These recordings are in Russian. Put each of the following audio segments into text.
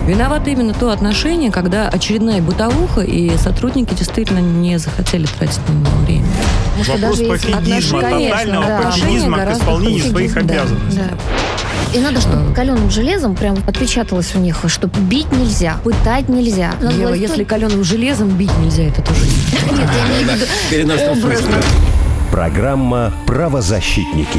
Виновато именно то отношение, когда очередная бытовуха, и сотрудники действительно не захотели тратить на него время. Вопрос пофигизма, тотального пофигизма к исполнению своих обязанностей. И надо, чтобы каленым железом прям отпечаталось у них, что бить нельзя, пытать нельзя. Ева, если каленым железом бить нельзя, это тоже не... Нет, я имею в виду образно. Программа «Правозащитники».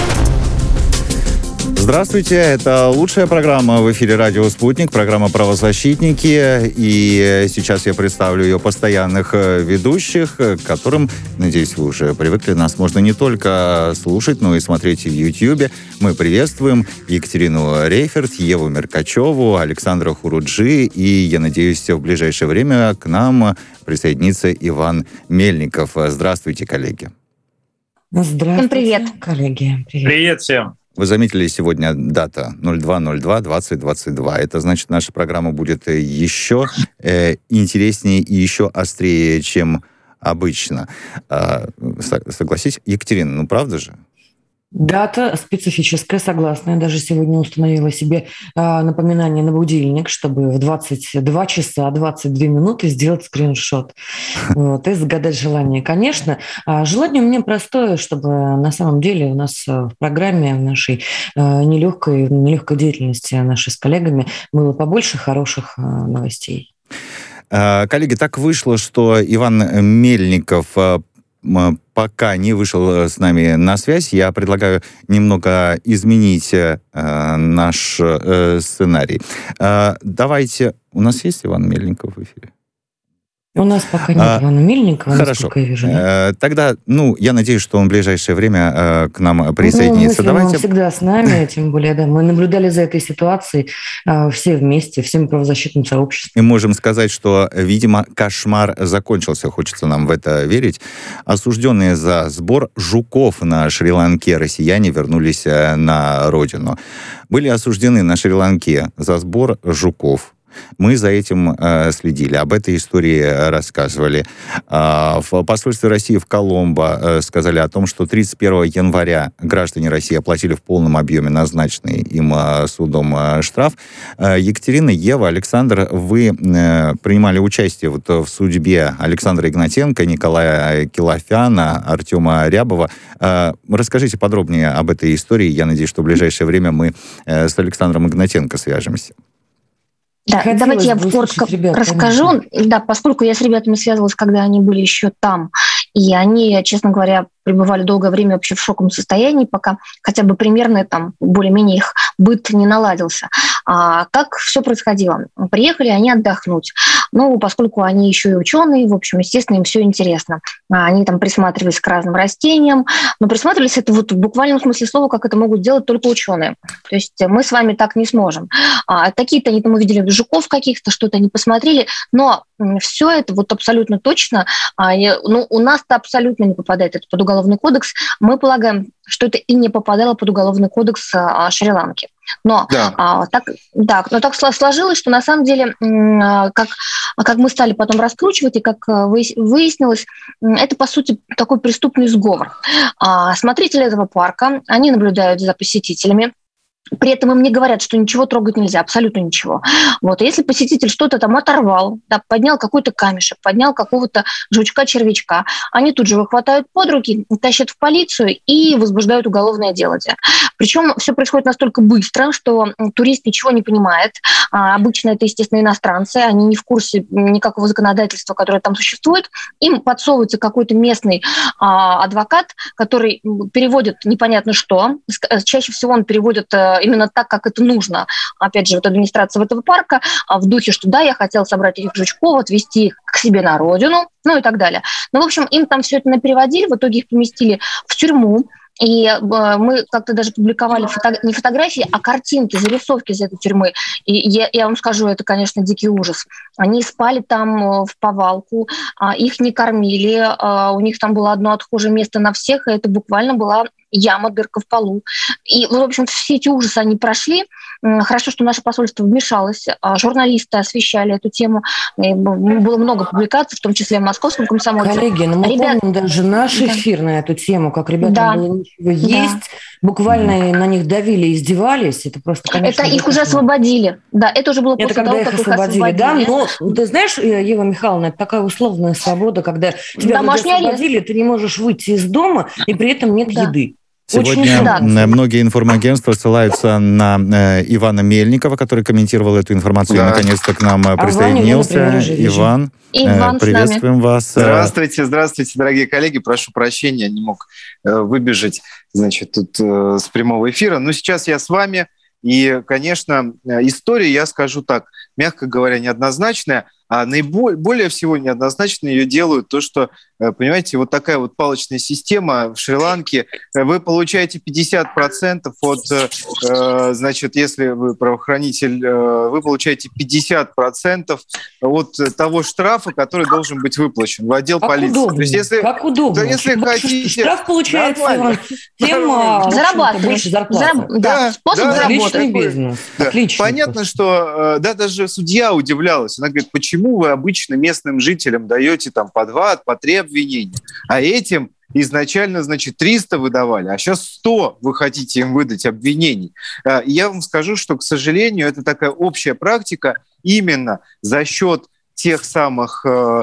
Здравствуйте, это лучшая программа в эфире «Радио Спутник», программа «Правозащитники». И сейчас я представлю ее постоянных ведущих, к которым, надеюсь, вы уже привыкли. Нас можно не только слушать, но и смотреть в Ютьюбе. Мы приветствуем Екатерину Рейферт, Еву Меркачеву, Александра Хуруджи. И, я надеюсь, в ближайшее время к нам присоединится Иван Мельников. Здравствуйте, коллеги. Здравствуйте, Всем привет. Коллеги. Привет всем. Вы заметили, сегодня дата 02.02.2022. Это значит, наша программа будет еще интереснее и еще острее, чем обычно. Согласись? Екатерина, ну правда же? Дата специфическая, согласна. Я даже сегодня установила себе напоминание на будильник, чтобы в 22 часа 22 минуты сделать скриншот. И загадать желание. Конечно, желание у меня простое, чтобы на самом деле у нас в программе, в нашей нелегкой деятельности нашей с коллегами было побольше хороших новостей. Коллеги, так вышло, что Иван Мельников пока не вышел с нами на связь. Я предлагаю немного изменить наш сценарий. Давайте... У нас есть Иван Мельников в эфире? У нас пока нет Ивана Мельникова, насколько я вижу. Тогда, я надеюсь, что он в ближайшее время к нам присоединится. Он всегда с нами, тем более, да, мы наблюдали за этой ситуацией все вместе, всем правозащитным сообществом. И можем сказать, что, видимо, кошмар закончился, хочется нам в это верить. Осужденные за сбор жуков на Шри-Ланке россияне вернулись на родину. Были осуждены на Шри-Ланке за сбор жуков. Мы за этим следили, об этой истории рассказывали. В посольстве России в Коломбо сказали о том, что 31 января граждане России оплатили в полном объеме назначенный им судом штраф. Екатерина, Ева, Александр, вы принимали участие в судьбе Александра Игнатенко, Николая Килофяна, Артема Рябова. Расскажите подробнее об этой истории. Я надеюсь, что в ближайшее время мы с Александром Игнатенко свяжемся. Да, давайте я коротко расскажу. Конечно. Да, поскольку я с ребятами связывалась, когда они были еще там, и они, честно говоря, пребывали долгое время вообще в шоковом состоянии, пока хотя бы примерно там более-менее их быт не наладился. Как все происходило? Приехали они отдохнуть. Поскольку они еще и ученые, в общем, естественно, им все интересно. Они там присматривались к разным растениям, но присматривались это в буквальном смысле слова, как это могут делать только ученые. То есть мы с вами так не сможем. Какие-то они там увидели жуков каких-то, что-то они посмотрели, но все это абсолютно точно, у нас-то абсолютно не попадает это под Уголовный кодекс. Мы полагаем, что это и не попадало под Уголовный кодекс Шри-Ланки. Но так сложилось, что на самом деле, как мы стали потом раскручивать, и как выяснилось, это, по сути, такой преступный сговор. Смотрители этого парка, они наблюдают за посетителями. При этом им не говорят, что ничего трогать нельзя, абсолютно ничего. И если посетитель что-то там оторвал, поднял какой-то камешек, поднял какого-то жучка-червячка, они тут же выхватают под руки, тащат в полицию и возбуждают уголовное дело. Причем все происходит настолько быстро, что турист ничего не понимает. Обычно это, естественно, иностранцы, они не в курсе никакого законодательства, которое там существует. Им подсовывается какой-то местный адвокат, который переводит непонятно что. Чаще всего он переводит именно так, как это нужно. Опять же, администрация этого парка в духе, что да, я хотел собрать этих жучков, отвезти их к себе на родину, и так далее. В общем, им там все это напереводили, в итоге их поместили в тюрьму. И мы как-то даже публиковали не фотографии, а картинки, зарисовки из этой тюрьмы. И я вам скажу, это, конечно, дикий ужас. Они спали там в повалку, их не кормили, у них там было одно отхожее место на всех, и это буквально была яма, дырка в полу. И, в общем, все эти ужасы они прошли. Хорошо, что наше посольство вмешалось, журналисты освещали эту тему. Было много публикаций, в том числе в Московском комсомольце. Коллеги, мы помним даже наш эфир на эту тему, как ребятам было нечего есть, буквально на них давили, издевались. Это просто, конечно... Это их уже освободили. Да, это уже было после того, как их освободили. Да, но ты знаешь, Ева Михайловна, это такая условная свобода, когда тебя освободили, ты не можешь выйти из дома, и при этом нет еды. Сегодня многие информагентства ссылаются на Ивана Мельникова, который комментировал эту информацию, и наконец-то к нам присоединился. Иван, приветствуем вас. Здравствуйте, дорогие коллеги. Прошу прощения, не мог выбежать, тут с прямого эфира. Но сейчас я с вами. И, конечно, история, я скажу так, мягко говоря, неоднозначная, а более всего неоднозначно ее делают то, что, понимаете, вот такая вот палочная система в Шри-Ланке, вы получаете 50% от, если вы правоохранитель, вы получаете 50% от того штрафа, который должен быть выплачен в отдел полиции. Удобно. То есть, если, как удобно. Если хотите... Штраф получается, тем больше зарплаты. Способ заработать. Отличный бизнес. Отлично. Понятно, что даже судья удивлялась. Она говорит, почему вы обычно местным жителям даете по 2, по 3 обвинения, а этим изначально, 300 выдавали, а сейчас 100 вы хотите им выдать обвинений. И я вам скажу, что, к сожалению, это такая общая практика именно за счет тех самых,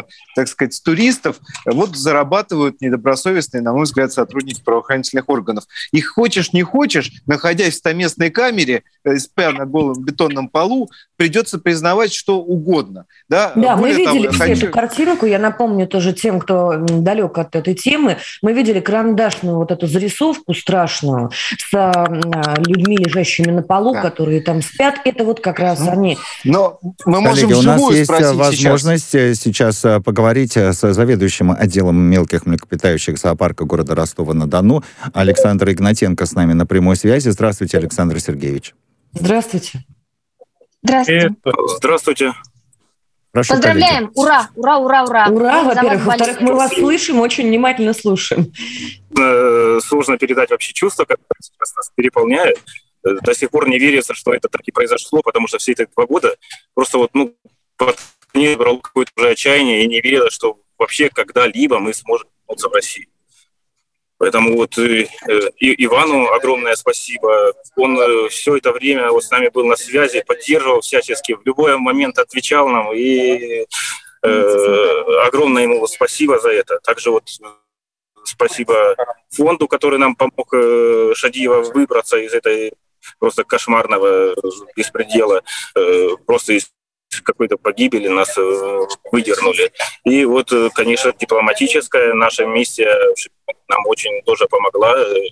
туристов, зарабатывают недобросовестные, на мой взгляд, сотрудники правоохранительных органов. И хочешь, не хочешь, находясь в 100-местной камере, спя на голом бетонном полу, придется признавать что угодно. Да, мы видели эту картинку, я напомню тоже тем, кто далек от этой темы, мы видели карандашную эту зарисовку страшную с людьми, лежащими на полу, которые там спят. Это как раз они. Но мы можем вживую спросить возможность сейчас поговорить с заведующим отделом мелких млекопитающих зоопарка города Ростова-на-Дону. Александр Игнатенко с нами на прямой связи. Здравствуйте, Александр Сергеевич. Здравствуйте. Здравствуйте. Прошу, поздравляем! коллеги. Ура, ура, ура, ура! Ура, во-первых. Во-вторых, мы вас слышим, очень внимательно слушаем. Сложно передать вообще чувства, которые сейчас нас переполняют. До сих пор не верится, что это так и произошло, потому что все эти 2 года просто мне брало какое-то уже отчаяние и не верила, что вообще когда-либо мы сможем вернуться в Россию. Поэтому Ивану огромное спасибо. Он все это время с нами был на связи, поддерживал всячески, в любой момент отвечал нам. И огромное ему спасибо за это. Также спасибо фонду, который нам помог Шадиева выбраться из этой просто кошмарного беспредела, просто из какой-то погибели нас выдернули. И конечно, дипломатическая наша миссия нам очень тоже помогла.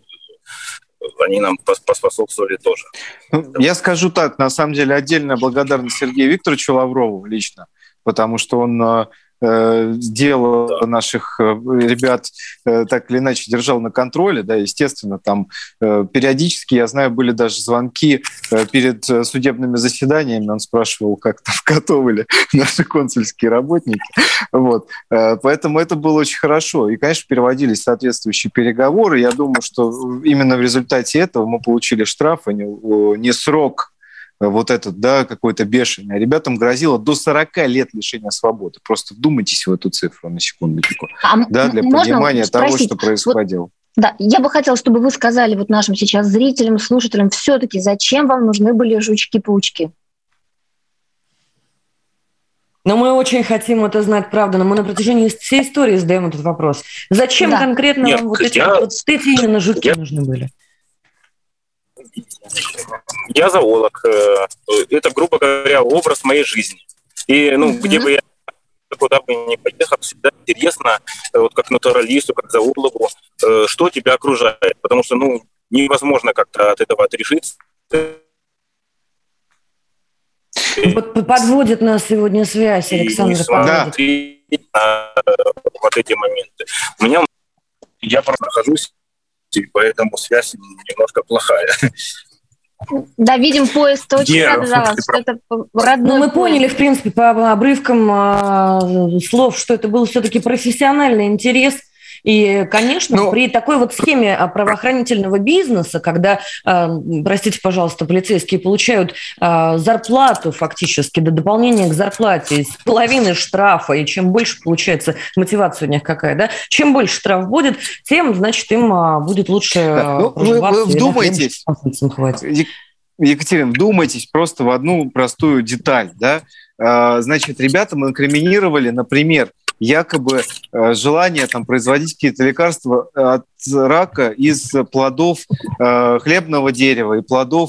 Они нам поспособствовали тоже. Я скажу так, на самом деле отдельная благодарность Сергею Викторовичу Лаврову лично, потому что он дело наших ребят так или иначе держал на контроле, да, естественно, там периодически, я знаю, были даже звонки перед судебными заседаниями, он спрашивал, как там готовы ли наши консульские работники, поэтому это было очень хорошо, и, конечно, переводились соответствующие переговоры, я думаю, что именно в результате этого мы получили штраф, а не срок какой-то бешеный. Ребятам грозило до 40 лет лишения свободы. Просто вдумайтесь в эту цифру на секундочку. Для понимания того, что происходило. Я бы хотела, чтобы вы сказали нашим сейчас зрителям, слушателям, все-таки зачем вам нужны были жучки-паучки? Но мы очень хотим это знать, правда, но мы на протяжении всей истории задаем этот вопрос. Зачем конкретно вам эти именно жуки нужны были? Я зоолог. Это, грубо говоря, образ моей жизни. И, где бы я куда бы ни поехал, всегда интересно, как натуралисту, как зоологу, что тебя окружает. Потому что, невозможно как-то от этого отрешиться. Подводит нас сегодня связь, Александр. Эти моменты. Я просто нахожусь, и поэтому связь немножко плохая. Да, видим поезд, очень рада за вас, что это родной мы поняли, в принципе, по обрывкам слов, что это был все-таки профессиональный интерес И, конечно, при такой вот схеме правоохранительного бизнеса, когда, простите, пожалуйста, полицейские получают зарплату фактически до дополнения к зарплате из половины штрафа, и чем больше, получается, мотивация у них какая, да, чем больше штраф будет, тем, значит, им будет лучше проживаться. Вы вдумайтесь, Екатерина, вдумайтесь просто в одну простую деталь, да, значит, ребятам инкриминировали, например, якобы желание там производить какие-то лекарства от рака из плодов хлебного дерева и плодов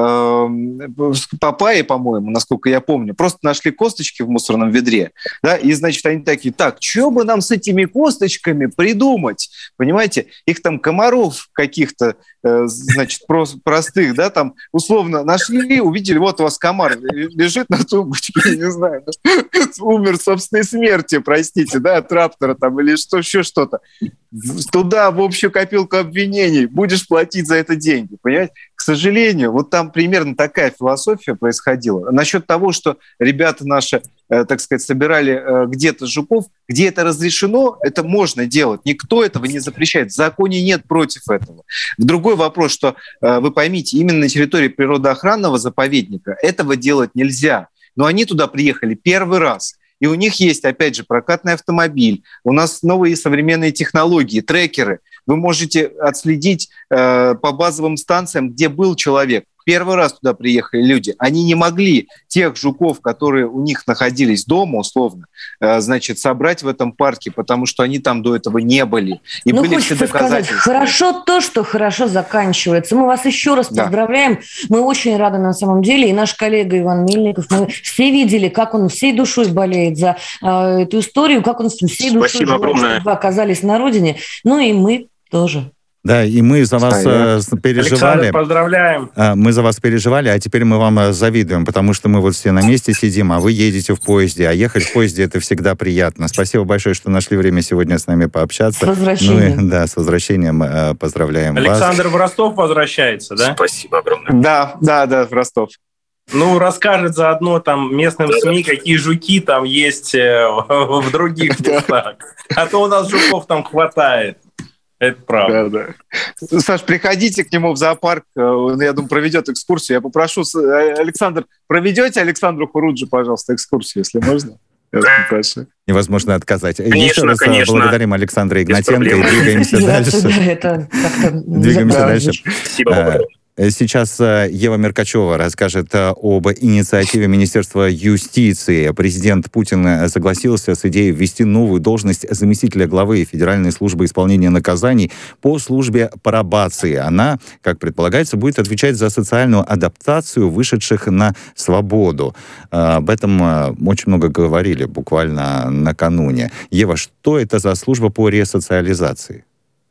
папайи, по-моему, насколько я помню. Просто нашли косточки в мусорном ведре, да, и, значит, они такие, так, что бы нам с этими косточками придумать? Понимаете? Их там комаров каких-то, значит, простых, да, там, условно, нашли, увидели, вот у вас комар лежит на тумбочке, не знаю, умер собственной смерти, простите, да, от раптора там или еще что-то. Туда, в общую копилку обвинений, будешь платить за это деньги, понимаете? К сожалению, вот там примерно такая философия происходила. Насчет того, что ребята наши, так сказать, собирали где-то жуков, где это разрешено, это можно делать. Никто этого не запрещает. В законе нет против этого. Другой вопрос, что вы поймите, именно на территории природоохранного заповедника этого делать нельзя. Но они туда приехали первый раз. И у них есть, опять же, прокатный автомобиль. У нас новые современные технологии, трекеры. Вы можете отследить по базовым станциям, где был человек. Первый раз туда приехали люди. Они не могли тех жуков, которые у них находились дома, условно, значит, собрать в этом парке, потому что они там до этого не были. И были все доказательства. Хорошо то, что хорошо заканчивается. Мы вас еще раз поздравляем. Мы очень рады на самом деле. И наш коллега Иван Мельников, мы все видели, как он всей душой болеет за эту историю, как он всей душой желает, чтобы вы оказались на родине. Ну и мы тоже. Да, и мы за вас переживали. Александр, поздравляем. Мы за вас переживали, а теперь мы вам завидуем, потому что мы вот все на месте сидим, а вы едете в поезде. А ехать в поезде — это всегда приятно. Спасибо большое, что нашли время сегодня с нами пообщаться. С возвращением. Ну, да, с возвращением. Поздравляем вас. Александр в Ростов возвращается, да? Спасибо огромное. Да, в Ростов. Ну, расскажет заодно там местным СМИ, какие жуки там есть в других местах. А то у нас жуков там хватает. Это правда. Да. Саш, приходите к нему в зоопарк, я думаю, проведет экскурсию. Я попрошу, Александр, проведете Александру Хуруджи, пожалуйста, экскурсию, если можно? Я прошу. Невозможно отказать. Конечно, еще раз благодарим Александра Игнатенко и двигаемся дальше. Двигаемся дальше. Спасибо. Сейчас Ева Меркачева расскажет об инициативе Министерства юстиции. Президент Путин согласился с идеей ввести новую должность заместителя главы Федеральной службы исполнения наказаний по службе пробации. Она, как предполагается, будет отвечать за социальную адаптацию вышедших на свободу. Об этом очень много говорили буквально накануне. Ева, что это за служба по ресоциализации?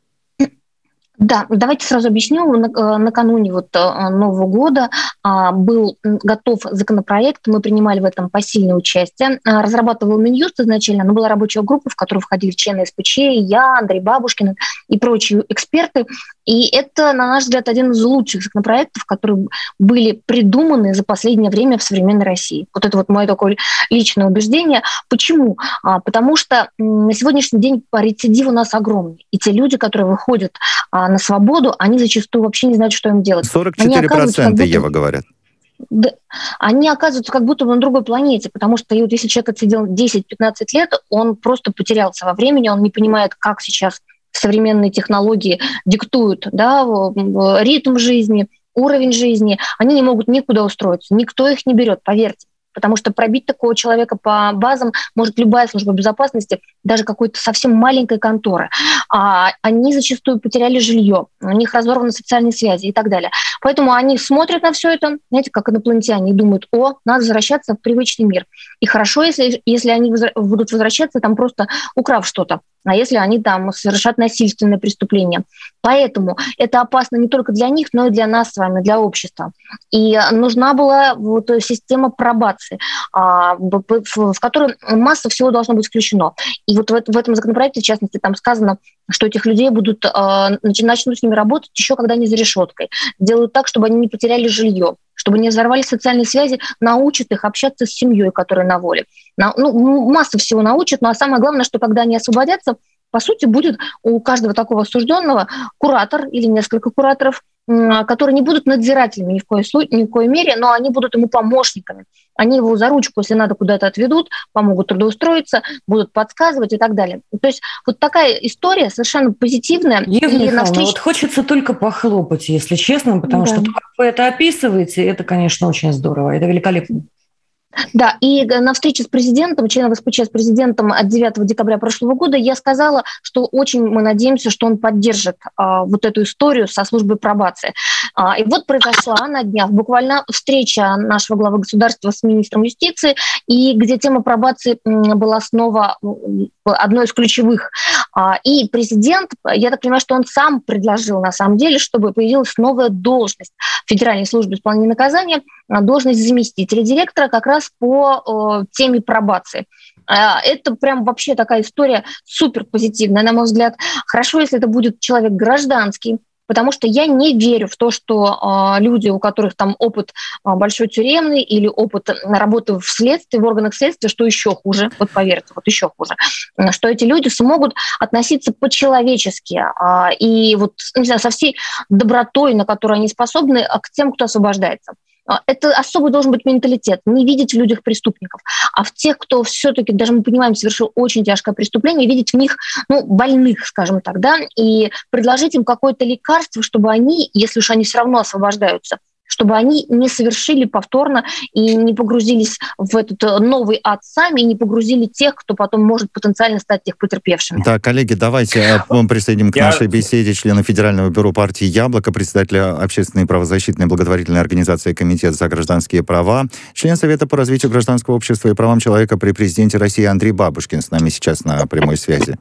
Да, давайте сразу объясню. Накануне Нового года был готов законопроект, мы принимали в этом посильное участие. Разрабатывал Минюст изначально, но была рабочая группа, в которую входили члены СПЧ, я, Андрей Бабушкин и прочие эксперты. И это, на наш взгляд, один из лучших законопроектов, которые были придуманы за последнее время в современной России. Вот это вот мое такое личное убеждение. Почему? Потому что на сегодняшний день рецидив у нас огромный. И те люди, которые выходят на свободу, они зачастую вообще не знают, что им делать. 44%, Ева, говорят. Да, они оказываются как будто бы на другой планете, потому что если человек отсидел 10-15 лет, он просто потерялся во времени, он не понимает, как сейчас современные технологии диктуют, да, ритм жизни, уровень жизни. Они не могут никуда устроиться, никто их не берет, поверьте. Потому что пробить такого человека по базам может любая служба безопасности, даже какой-то совсем маленькой конторы. Они зачастую потеряли жилье, у них разорваны социальные связи и так далее. Поэтому они смотрят на все это, знаете, как инопланетяне, и думают: надо возвращаться в привычный мир. И хорошо, если они будут возвращаться, там просто украв что-то, а если они там совершат насильственное преступление. Поэтому это опасно не только для них, но и для нас с вами, для общества. И нужна была система пробации, в которой масса всего должно быть включено. И вот в этом законопроекте, в частности, там сказано, что этих людей начнут с ними работать еще когда они за решеткой. Делают так, чтобы они не потеряли жилье, чтобы не взорвали социальные связи, научат их общаться с семьей, которая на воле. Массу всего научат, но самое главное, что когда они освободятся, по сути, будет у каждого такого осужденного куратор или несколько кураторов, которые не будут надзирателями ни в коей мере, но они будут ему помощниками. Они его за ручку, если надо, куда-то отведут, помогут трудоустроиться, будут подсказывать и так далее. То есть вот такая история совершенно позитивная. Евгения Михайловна, вот хочется только похлопать, если честно, потому что то, как вы это описываете, это, конечно, очень здорово, это великолепно. Да, и на встрече с президентом, членом СПЧ с президентом от 9 декабря прошлого года я сказала, что очень мы надеемся, что он поддержит вот эту историю со службой пробации. И вот произошла на днях буквально встреча нашего главы государства с министром юстиции, и где тема пробации была снова одной из ключевых. И президент, я так понимаю, что он сам предложил на самом деле, чтобы появилась новая должность в Федеральной службе исполнения наказания, должность заместителя директора как раз по теме пробации. Это прям вообще такая история супер позитивная, на мой взгляд. Хорошо, если это будет человек гражданский, потому что я не верю в то, что люди, у которых там опыт большой тюремный или опыт работы в следствии, в органах следствия, что еще хуже, вот поверьте, вот еще хуже, что эти люди смогут относиться по-человечески и вот, не знаю, со всей добротой, на которую они способны, к тем, кто освобождается. Это особый должен быть менталитет, не видеть в людях преступников, а в тех, кто все-таки, даже мы понимаем, совершил очень тяжкое преступление, видеть в них, больных, скажем так, да, и предложить им какое-то лекарство, чтобы они, если уж они все равно освобождаются, чтобы они не совершили повторно и не погрузились в этот новый ад сами, и не погрузили тех, кто потом может потенциально стать их потерпевшими. Да, коллеги, давайте присоединим к нашей беседе члена Федерального бюро партии «Яблоко», председателя общественной правозащитной благотворительной организации «Комитет за гражданские права», член Совета по развитию гражданского общества и правам человека при президенте России Андрей Бабушкин с нами сейчас на прямой связи.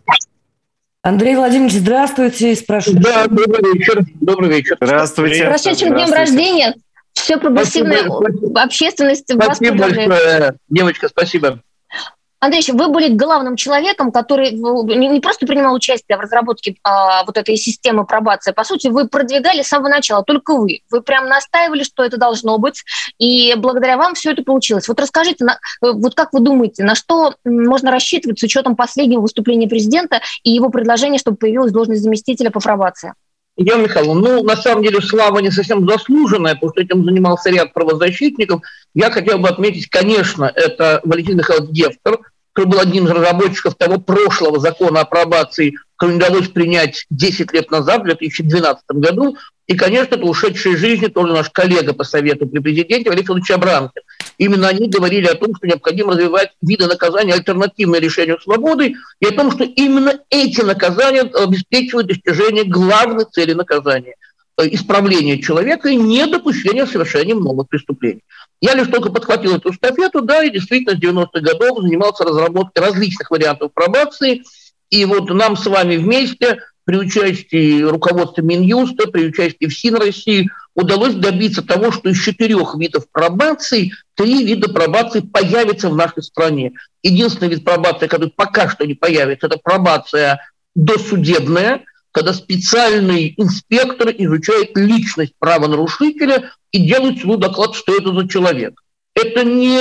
Андрей Владимирович, здравствуйте. Спрашиваю. Да, добрый вечер. Добрый вечер. Здравствуйте. С прошедшим днем рождения. Все прогрессивная общественность вас поздравляет. Спасибо большое, девочка, спасибо. Андрей, вы были главным человеком, который не просто принимал участие в разработке вот этой системы пробации. По сути, вы продвигали с самого начала, только вы. Вы прям настаивали, что это должно быть, и благодаря вам все это получилось. Вот расскажите, вот как вы думаете, на что можно рассчитывать с учетом последнего выступления президента и его предложения, чтобы появилась должность заместителя по пробации? Евгения Михайловна, на самом деле слава не совсем заслуженная, потому что этим занимался ряд правозащитников. Я хотел бы отметить, конечно, это Валентин Михайлович Гефтер, который был одним из разработчиков того прошлого закона о пробации, который удалось принять 10 лет назад, в 2012 году. И, конечно, это ушедший из жизни тоже наш коллега по совету при президенте Валерий Федорович Абрамкин. Именно они говорили о том, что необходимо развивать виды наказания, альтернативные решению свободы, и о том, что именно эти наказания обеспечивают достижение главной цели наказания – исправление человека и недопущение совершения новых преступлений. Я лишь только подхватил эту эстафету, да, и действительно с 90-х годов занимался разработкой различных вариантов пробации, и вот нам с вами вместе при участии руководства Минюста, при участии ФСИН России удалось добиться того, что из 4 видов пробации 3 вида пробации появятся в нашей стране. Единственный вид пробации, который пока что не появится, это пробация досудебная, когда специальный инспектор изучает личность правонарушителя и делает свой доклад, что это за человек. Это не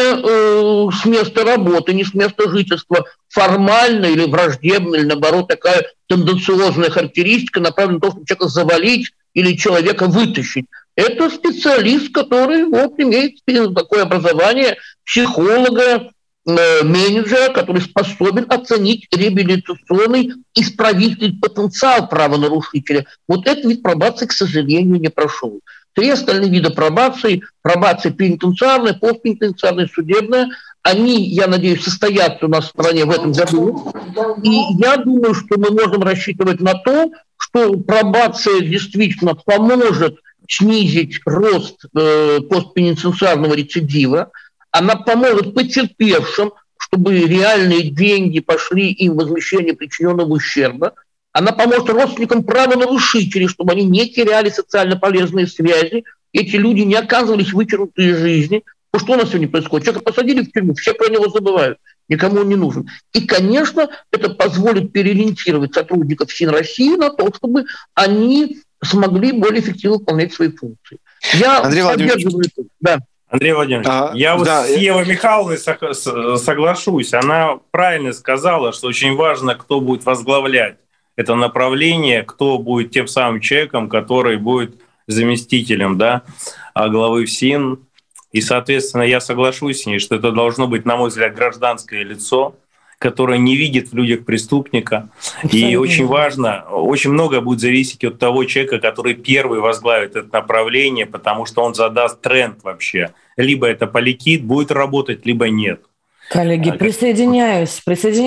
с места работы, не с места жительства формально или враждебно, или наоборот такая тенденциозная характеристика, направленная на то, чтобы человека завалить или человека вытащить. Это специалист, который имеет такое образование психолога, менеджера, который способен оценить реабилитационный исправительный потенциал правонарушителя. Вот этот вид пробации, к сожалению, не прошел. 3 остальные вида пробации, пробация пенитенциарная, постпенитенциарная, судебная, они, я надеюсь, состоятся у нас в стране в этом году. И я думаю, что мы можем рассчитывать на то, что пробация действительно поможет снизить рост постпенитенциарного рецидива, она поможет потерпевшим, чтобы реальные деньги пошли им в возмещение причиненного ущерба. Она поможет родственникам правонарушителей, чтобы они не теряли социально полезные связи, эти люди не оказывались вычеркнуты из жизни. Потому что у нас сегодня происходит? Человека посадили в тюрьму, все про него забывают, никому он не нужен. И, конечно, это позволит переориентировать сотрудников ФСИН России на то, чтобы они смогли более эффективно выполнять свои функции. Андрей Владимирович, да. Андрей Владимирович, я вот с Евой Михайловной соглашусь. Она правильно сказала, что очень важно, кто будет возглавлять это направление, кто будет тем самым человеком, который будет заместителем, да, главы ФСИН. И, соответственно, я соглашусь с ней, что это должно быть, на мой взгляд, гражданское лицо, которое не видит в людях преступника. Абсолютно. И очень важно, очень многое будет зависеть от того человека, который первый возглавит это направление, потому что он задаст тренд вообще. Либо это полетит, будет работать, либо нет. Коллеги, присоединяюсь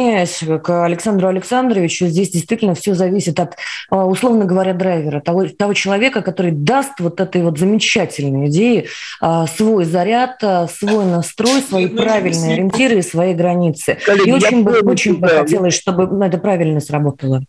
к Александру Александровичу. Здесь действительно все зависит от, условно говоря, драйвера, того человека, который даст вот этой вот замечательной идее свой заряд, свой настрой, свои правильные ориентиры и свои границы. Коллеги, и очень бы хотелось, чтобы это правильно сработало.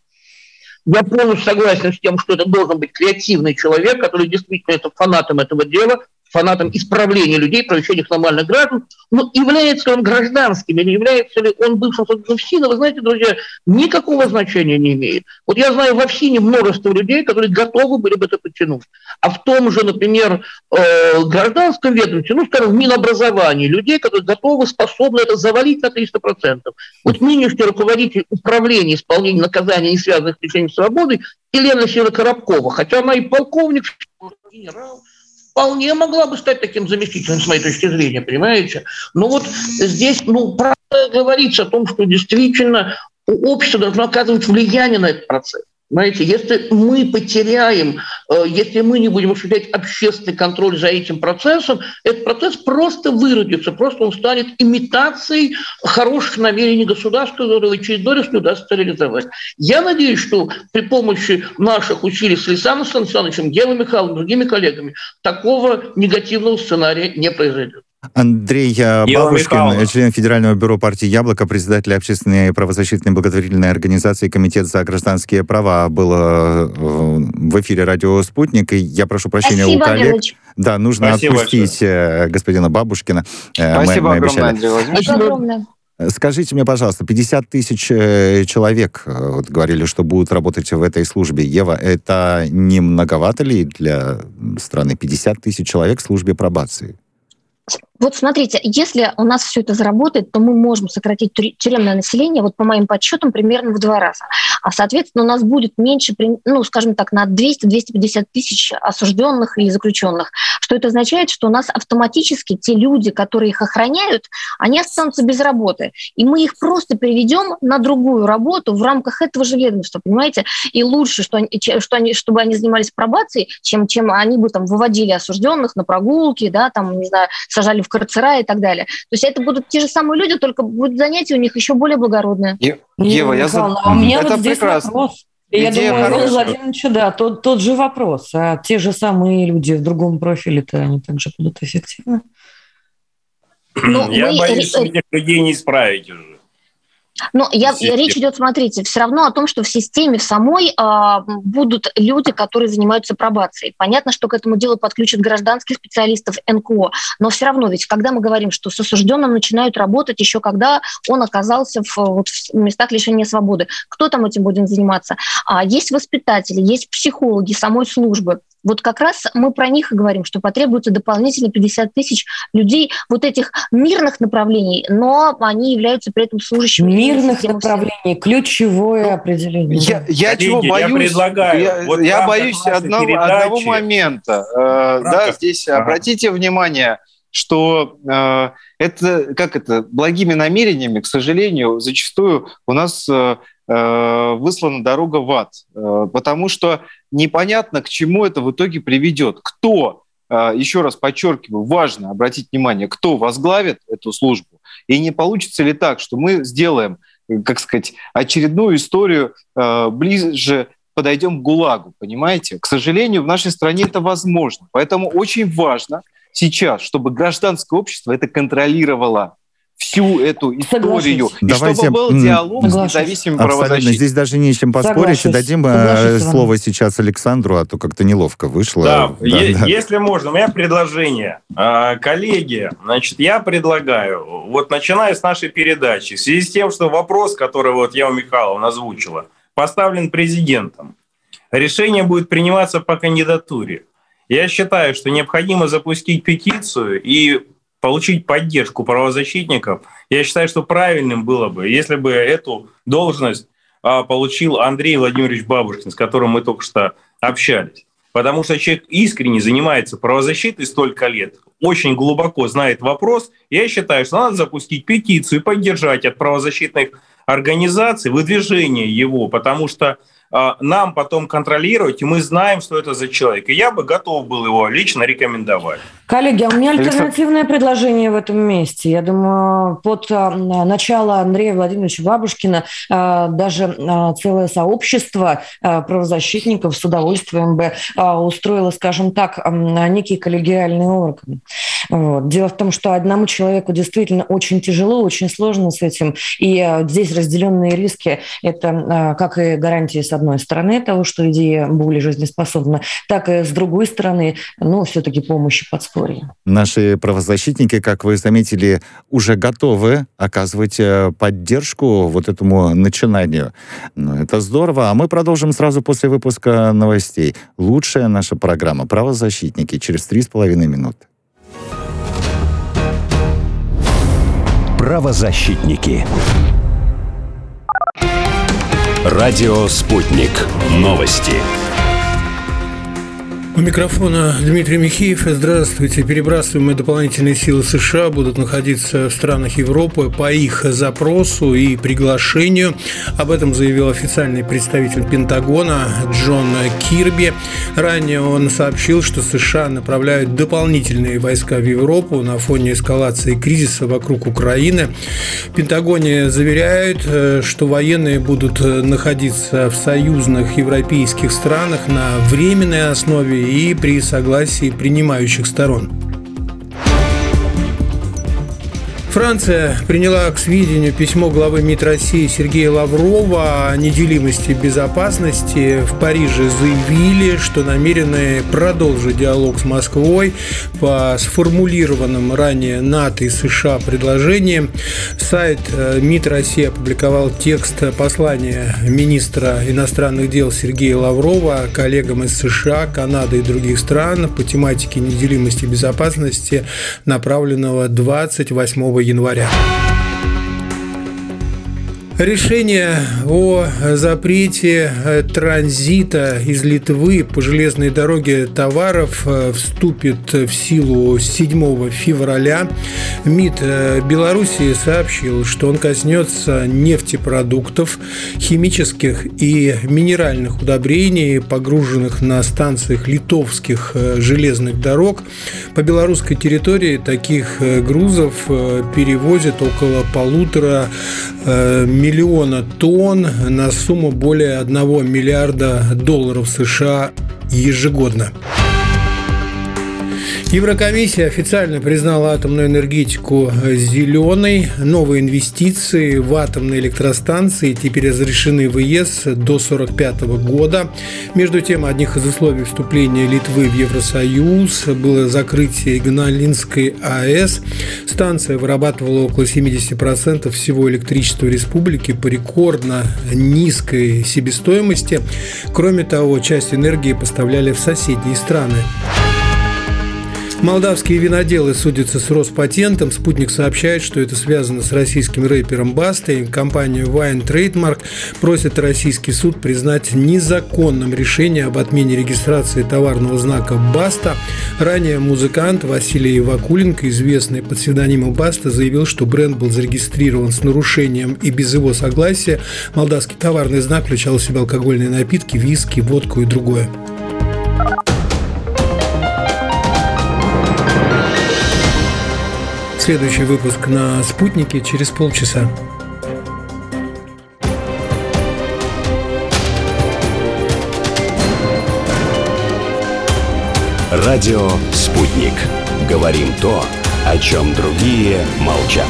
Я полностью согласен с тем, что это должен быть креативный человек, который действительно это фанатом этого дела, фанатом исправления людей, привлечения нормальных граждан, но является ли он гражданским или является ли он бывшим сотрудником ФСИНа, вы знаете, друзья, никакого значения не имеет. Вот я знаю во ФСИНе множество людей, которые готовы были бы это подтянуть. А в том же, например, гражданском ведомстве, ну, скажем, в Минобразовании, людей, которые готовы, способны это завалить на 300%. Вот нынешний руководитель управления исполнения наказаний, не связанных с лишением свободы, Елена Сила-Коробкова, хотя она и полковник, генерал, вполне могла бы стать таким заместителем, с моей точки зрения, понимаете? Но вот здесь, правда говорится о том, что действительно общество должно оказывать влияние на этот процесс. Знаете, если мы потеряем, если мы не будем осуществлять общественный контроль за этим процессом, этот процесс просто выродится, просто он станет имитацией хороших намерений государства, которые через доблесть не удастся реализовать. Я надеюсь, что при помощи наших усилий с Александром Станиславовичем, Евой Михайловной, другими коллегами, такого негативного сценария не произойдет. Андрей Бабушкин, член Федерального бюро партии «Яблоко», председатель общественной правозащитной благотворительной организации «Комитет за гражданские права», был в эфире радио «Спутник». И я прошу прощения у коллег. Да, нужно отпустить господина Бабушкина. Спасибо огромное, Андрей Владимирович. Скажите мне, пожалуйста, 50 тысяч человек, вот, говорили, что будут работать в этой службе. Ева, это не многовато ли для страны? 50 тысяч человек в службе пробации? Вот смотрите, если у нас все это заработает, то мы можем сократить тюремное население, вот по моим подсчетам, примерно в 2 раза. А, соответственно, у нас будет меньше, скажем так, на 200-250 тысяч осужденных и заключенных. Что это означает? Что у нас автоматически те люди, которые их охраняют, они останутся без работы. И мы их просто переведем на другую работу в рамках этого же ведомства, понимаете? И лучше, чтобы они занимались пробацией, чем они бы там выводили осужденных на прогулки, да, там, не знаю, сажали в карцера и так далее. То есть это будут те же самые люди, только будут занятия у них еще более благородные. Ева, у меня вот здесь вопрос. Я думаю, Ивану Владимировичу, да, тот же вопрос. А те же самые люди в другом профиле-то, они также будут эффективны? Я боюсь, что этих людей не исправить уже. Но речь идет, смотрите, все равно о том, что в системе в самой будут люди, которые занимаются пробацией. Понятно, что к этому делу подключат гражданских специалистов НКО, но все равно ведь, когда мы говорим, что с осужденным начинают работать еще когда он оказался в местах лишения свободы, кто там этим будет заниматься? Есть воспитатели, есть психологи самой службы. Вот как раз мы про них и говорим, что потребуется дополнительно 50 тысяч людей вот этих мирных направлений, но они являются при этом служащими. Мирных направлений, ключевое определение. Я чего боюсь? Я боюсь одного момента. Да, здесь обратите внимание, что благими намерениями, к сожалению, зачастую у нас выслана дорога в ад, потому что непонятно, к чему это в итоге приведет. Кто, еще раз подчеркиваю, важно обратить внимание, кто возглавит эту службу, и не получится ли так, что мы сделаем, очередную историю, ближе подойдем к ГУЛАГу, понимаете? К сожалению, в нашей стране это возможно. Поэтому очень важно сейчас, чтобы гражданское общество это контролировало, всю эту историю. И чтобы был диалог с независимыми правозащитниками. Здесь даже не с чем поспорить. Дадим слово сейчас Александру, а то как-то неловко вышло. Да, если можно, у меня предложение. Коллеги, я предлагаю, вот начиная с нашей передачи, в связи с тем, что вопрос, который вот Ева Михайловна озвучила, поставлен президентом, решение будет приниматься по кандидатуре. Я считаю, что необходимо запустить петицию и получить поддержку правозащитников. Я считаю, что правильным было бы, если бы эту должность получил Андрей Владимирович Бабушкин, с которым мы только что общались. Потому что человек искренне занимается правозащитой столько лет, очень глубоко знает вопрос. Я считаю, что надо запустить петицию и поддержать от правозащитных организаций выдвижение его, потому что нам потом контролировать, и мы знаем, что это за человек. И я бы готов был его лично рекомендовать. Коллеги, а у меня альтернативное предложение в этом месте. Я думаю, под начало Андрея Владимировича Бабушкина даже целое сообщество правозащитников с удовольствием бы устроило, скажем так, некий коллегиальный орган. Вот. Дело в том, что одному человеку действительно очень тяжело, очень сложно с этим. И здесь разделенные риски – это как и гарантии с одной стороны того, что идея более жизнеспособна, так и с другой стороны, все-таки помощи подспорья. Наши правозащитники, как вы заметили, уже готовы оказывать поддержку вот этому начинанию. Это здорово. А мы продолжим сразу после выпуска новостей. Лучшая наша программа «Правозащитники» через 3,5 минуты. Правозащитники. Радио «Спутник». Новости. У микрофона Дмитрий Михеев. Здравствуйте. Перебрасываемые дополнительные силы США будут находиться в странах Европы по их запросу и приглашению. Об этом заявил официальный представитель Пентагона Джон Кирби. Ранее он сообщил, что США направляют дополнительные войска в Европу на фоне эскалации кризиса вокруг Украины. В Пентагоне заверяют, что военные будут находиться в союзных европейских странах на временной основе и при согласии принимающих сторон. Франция приняла к сведению письмо главы МИД России Сергея Лаврова о неделимости безопасности. В Париже заявили, что намерены продолжить диалог с Москвой по сформулированным ранее НАТО и США предложениям. Сайт МИД России опубликовал текст послания министра иностранных дел Сергея Лаврова коллегам из США, Канады и других стран по тематике неделимости безопасности, направленного 28 января. Решение о запрете транзита из Литвы по железной дороге товаров вступит в силу 7 февраля. МИД Белоруссии сообщил, что он коснется нефтепродуктов, химических и минеральных удобрений, погруженных на станциях литовских железных дорог. По белорусской территории таких грузов перевозят около 1,5 миллиона тонн на сумму более $1 миллиарда США ежегодно. Еврокомиссия официально признала атомную энергетику зеленой. Новые инвестиции в атомные электростанции теперь разрешены в ЕС до 2045 года. Между тем, одних из условий вступления Литвы в Евросоюз было закрытие Игналинской АЭС. Станция вырабатывала около 70% всего электричества республики по рекордно низкой себестоимости. Кроме того, часть энергии поставляли в соседние страны. Молдавские виноделы судятся с Роспатентом. «Спутник» сообщает, что это связано с российским рэпером Бастой. Компанию Wine Trademark просит российский суд признать незаконным решение об отмене регистрации товарного знака «Баста». Ранее музыкант Василий Вакуленко, известный под псевдонимом Баста, заявил, что бренд был зарегистрирован с нарушением и без его согласия. Молдавский товарный знак включал в себя алкогольные напитки, виски, водку и другое. Следующий выпуск на «Спутнике» через полчаса. Радио «Спутник». Говорим то, о чем другие молчат.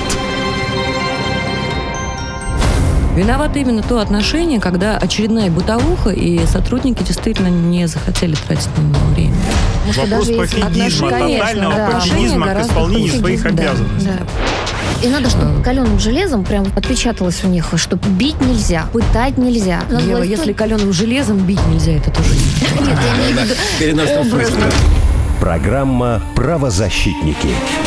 Виновато именно то отношение, когда очередная бытовуха, и сотрудники действительно не захотели тратить на него время. Вопрос пофигизма, тотального пофигизма к исполнению своих обязанностей. Да. И надо, чтобы каленым железом прям отпечаталось у них, что бить нельзя, пытать нельзя. Ева, если каленым железом бить нельзя, это тоже не. Нет, я имею в виду образно. Программа «Правозащитники».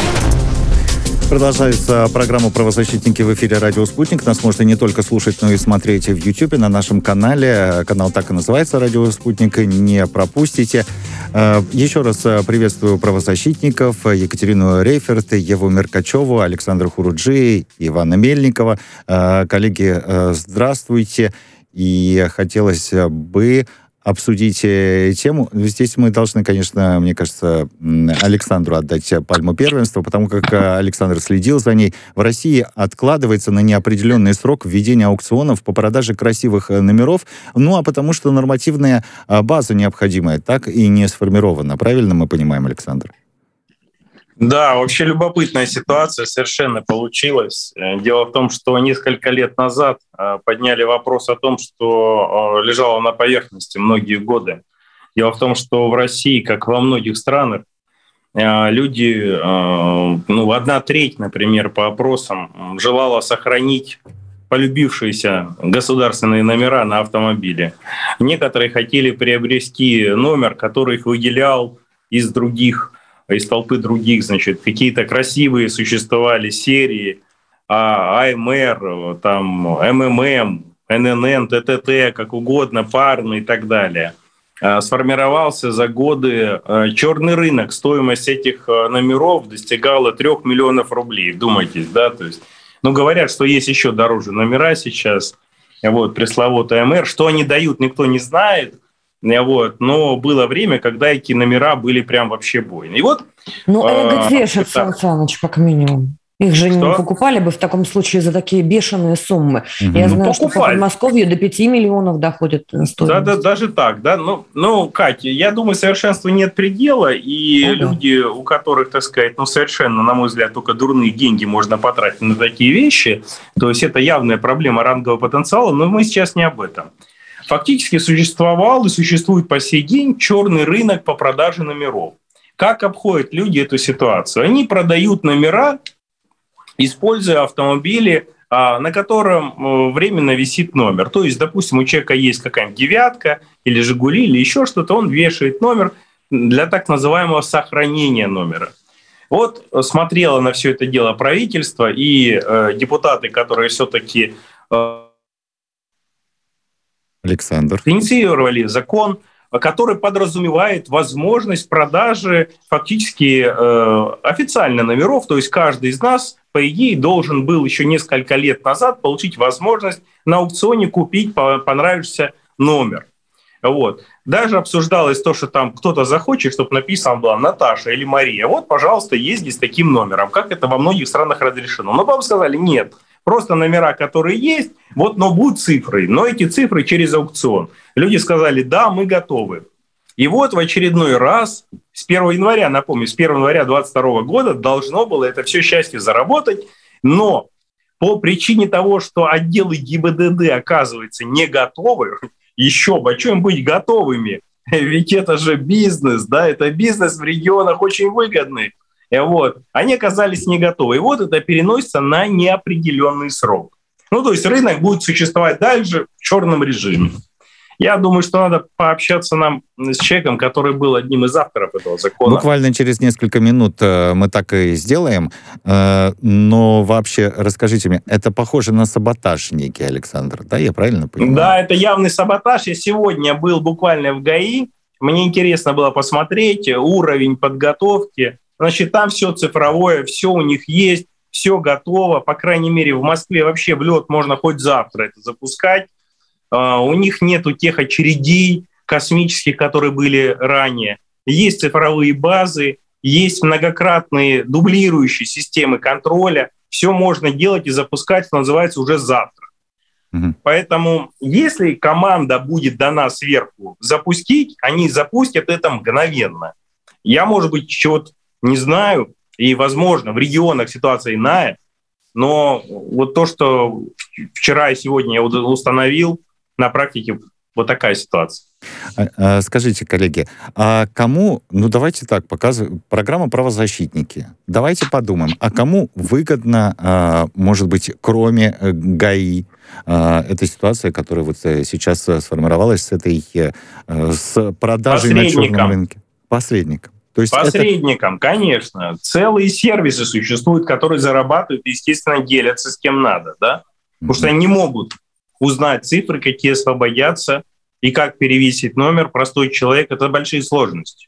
Продолжается программа «Правозащитники» в эфире «Радио Спутник». Нас можно не только слушать, но и смотреть в YouTube, на нашем канале. Канал так и называется «Радио Спутник». Не пропустите. Еще раз приветствую правозащитников: Екатерину Рейферт, Еву Меркачеву, Александра Хуруджи, Ивана Мельникова. Коллеги, здравствуйте. И хотелось бы обсудить тему. Здесь мы должны, конечно, мне кажется, Александру отдать пальму первенства, потому как Александр следил за ней. В России откладывается на неопределенный срок введение аукционов по продаже красивых номеров, а потому что нормативная база необходимая так и не сформирована. Правильно мы понимаем, Александр? Да, вообще любопытная ситуация совершенно получилась. Дело в том, что несколько лет назад подняли вопрос о том, что лежало на поверхности многие годы. Дело в том, что в России, как во многих странах, люди, 1/3, например, по опросам, желала сохранить полюбившиеся государственные номера на автомобиле. Некоторые хотели приобрести номер, который их выделял из толпы других, какие-то красивые существовали серии АМР, там, МММ, ННН, ТТТ, как угодно, парные и так далее. Сформировался за годы черный рынок. Стоимость этих номеров достигала 3 миллионов рублей. Вдумайтесь, да? То есть, говорят, что есть еще дороже номера сейчас. Пресловутый АМР. Что они дают, никто не знает. Но было время, когда эти номера были прям вообще бойные. Эго вешает, Сан Саныч, как минимум. Их же не покупали бы в таком случае за такие бешеные суммы. Я знаю, что по Подмосковью до 5 миллионов доходит стоимость. Да, даже так, да. Катя, я думаю, совершенству нет предела, и люди, у которых, так сказать, совершенно, на мой взгляд, только дурные деньги можно потратить на такие вещи, то есть это явная проблема рангового потенциала, но мы сейчас не об этом. Фактически существовал и существует по сей день черный рынок по продаже номеров. Как обходят люди эту ситуацию? Они продают номера, используя автомобили, на котором временно висит номер. То есть, допустим, у человека есть какая-нибудь «девятка» или «Жигули» или еще что-то, он вешает номер для так называемого сохранения номера. Смотрело на все это дело правительство и депутаты, которые все-таки Александр. инициировали закон, который подразумевает возможность продажи фактически официально номеров. То есть каждый из нас, по идее, должен был еще несколько лет назад получить возможность на аукционе купить понравившийся номер. Даже обсуждалось то, что там кто-то захочет, чтобы написано было Наташа или Мария. Пожалуйста, езди с таким номером, как это во многих странах разрешено. Но вам сказали, нет, просто номера, которые есть, но будут цифры, но эти цифры через аукцион. Люди сказали, да, мы готовы. И в очередной раз, с 1 января, напомню, с 1 января 2022 года должно было это все счастье заработать, но по причине того, что отделы ГИБДД, оказывается, не готовы, еще бы, а что им быть готовыми? Ведь это же бизнес, да, это бизнес в регионах очень выгодный. Они оказались не готовы. И это переносится на неопределенный срок. То есть рынок будет существовать дальше в черном режиме. Я думаю, что надо пообщаться нам с человеком, который был одним из авторов этого закона. Буквально через несколько минут мы так и сделаем. Но вообще, расскажите мне, это похоже на саботаж некий, Александр, да? Я правильно понимаю? Да, это явный саботаж. Я сегодня был буквально в ГАИ. Мне интересно было посмотреть уровень подготовки. Там все цифровое, все у них есть, все готово. По крайней мере, в Москве вообще в лед можно хоть завтра это запускать. У них нету тех очередей космических, которые были ранее. Есть цифровые базы, есть многократные дублирующие системы контроля. Все можно делать и запускать, что называется, уже завтра. Поэтому если команда будет дана сверху запустить, они запустят это мгновенно. Я, может быть, чего-то не знаю, и, возможно, в регионах ситуация иная, но то, что вчера и сегодня я установил, на практике такая ситуация. Скажите, коллеги, а кому, давайте так, показываем, программа «Правозащитники». Давайте подумаем, а кому выгодно, может быть, кроме ГАИ, эта ситуация, которая сейчас сформировалась с продажей на черном рынке? Посредникам. То есть посредникам, конечно. Целые сервисы существуют, которые зарабатывают и, естественно, делятся с кем надо, да? Потому что они не могут узнать цифры, какие освободятся, и как перевесить номер простой человек. Это большие сложности.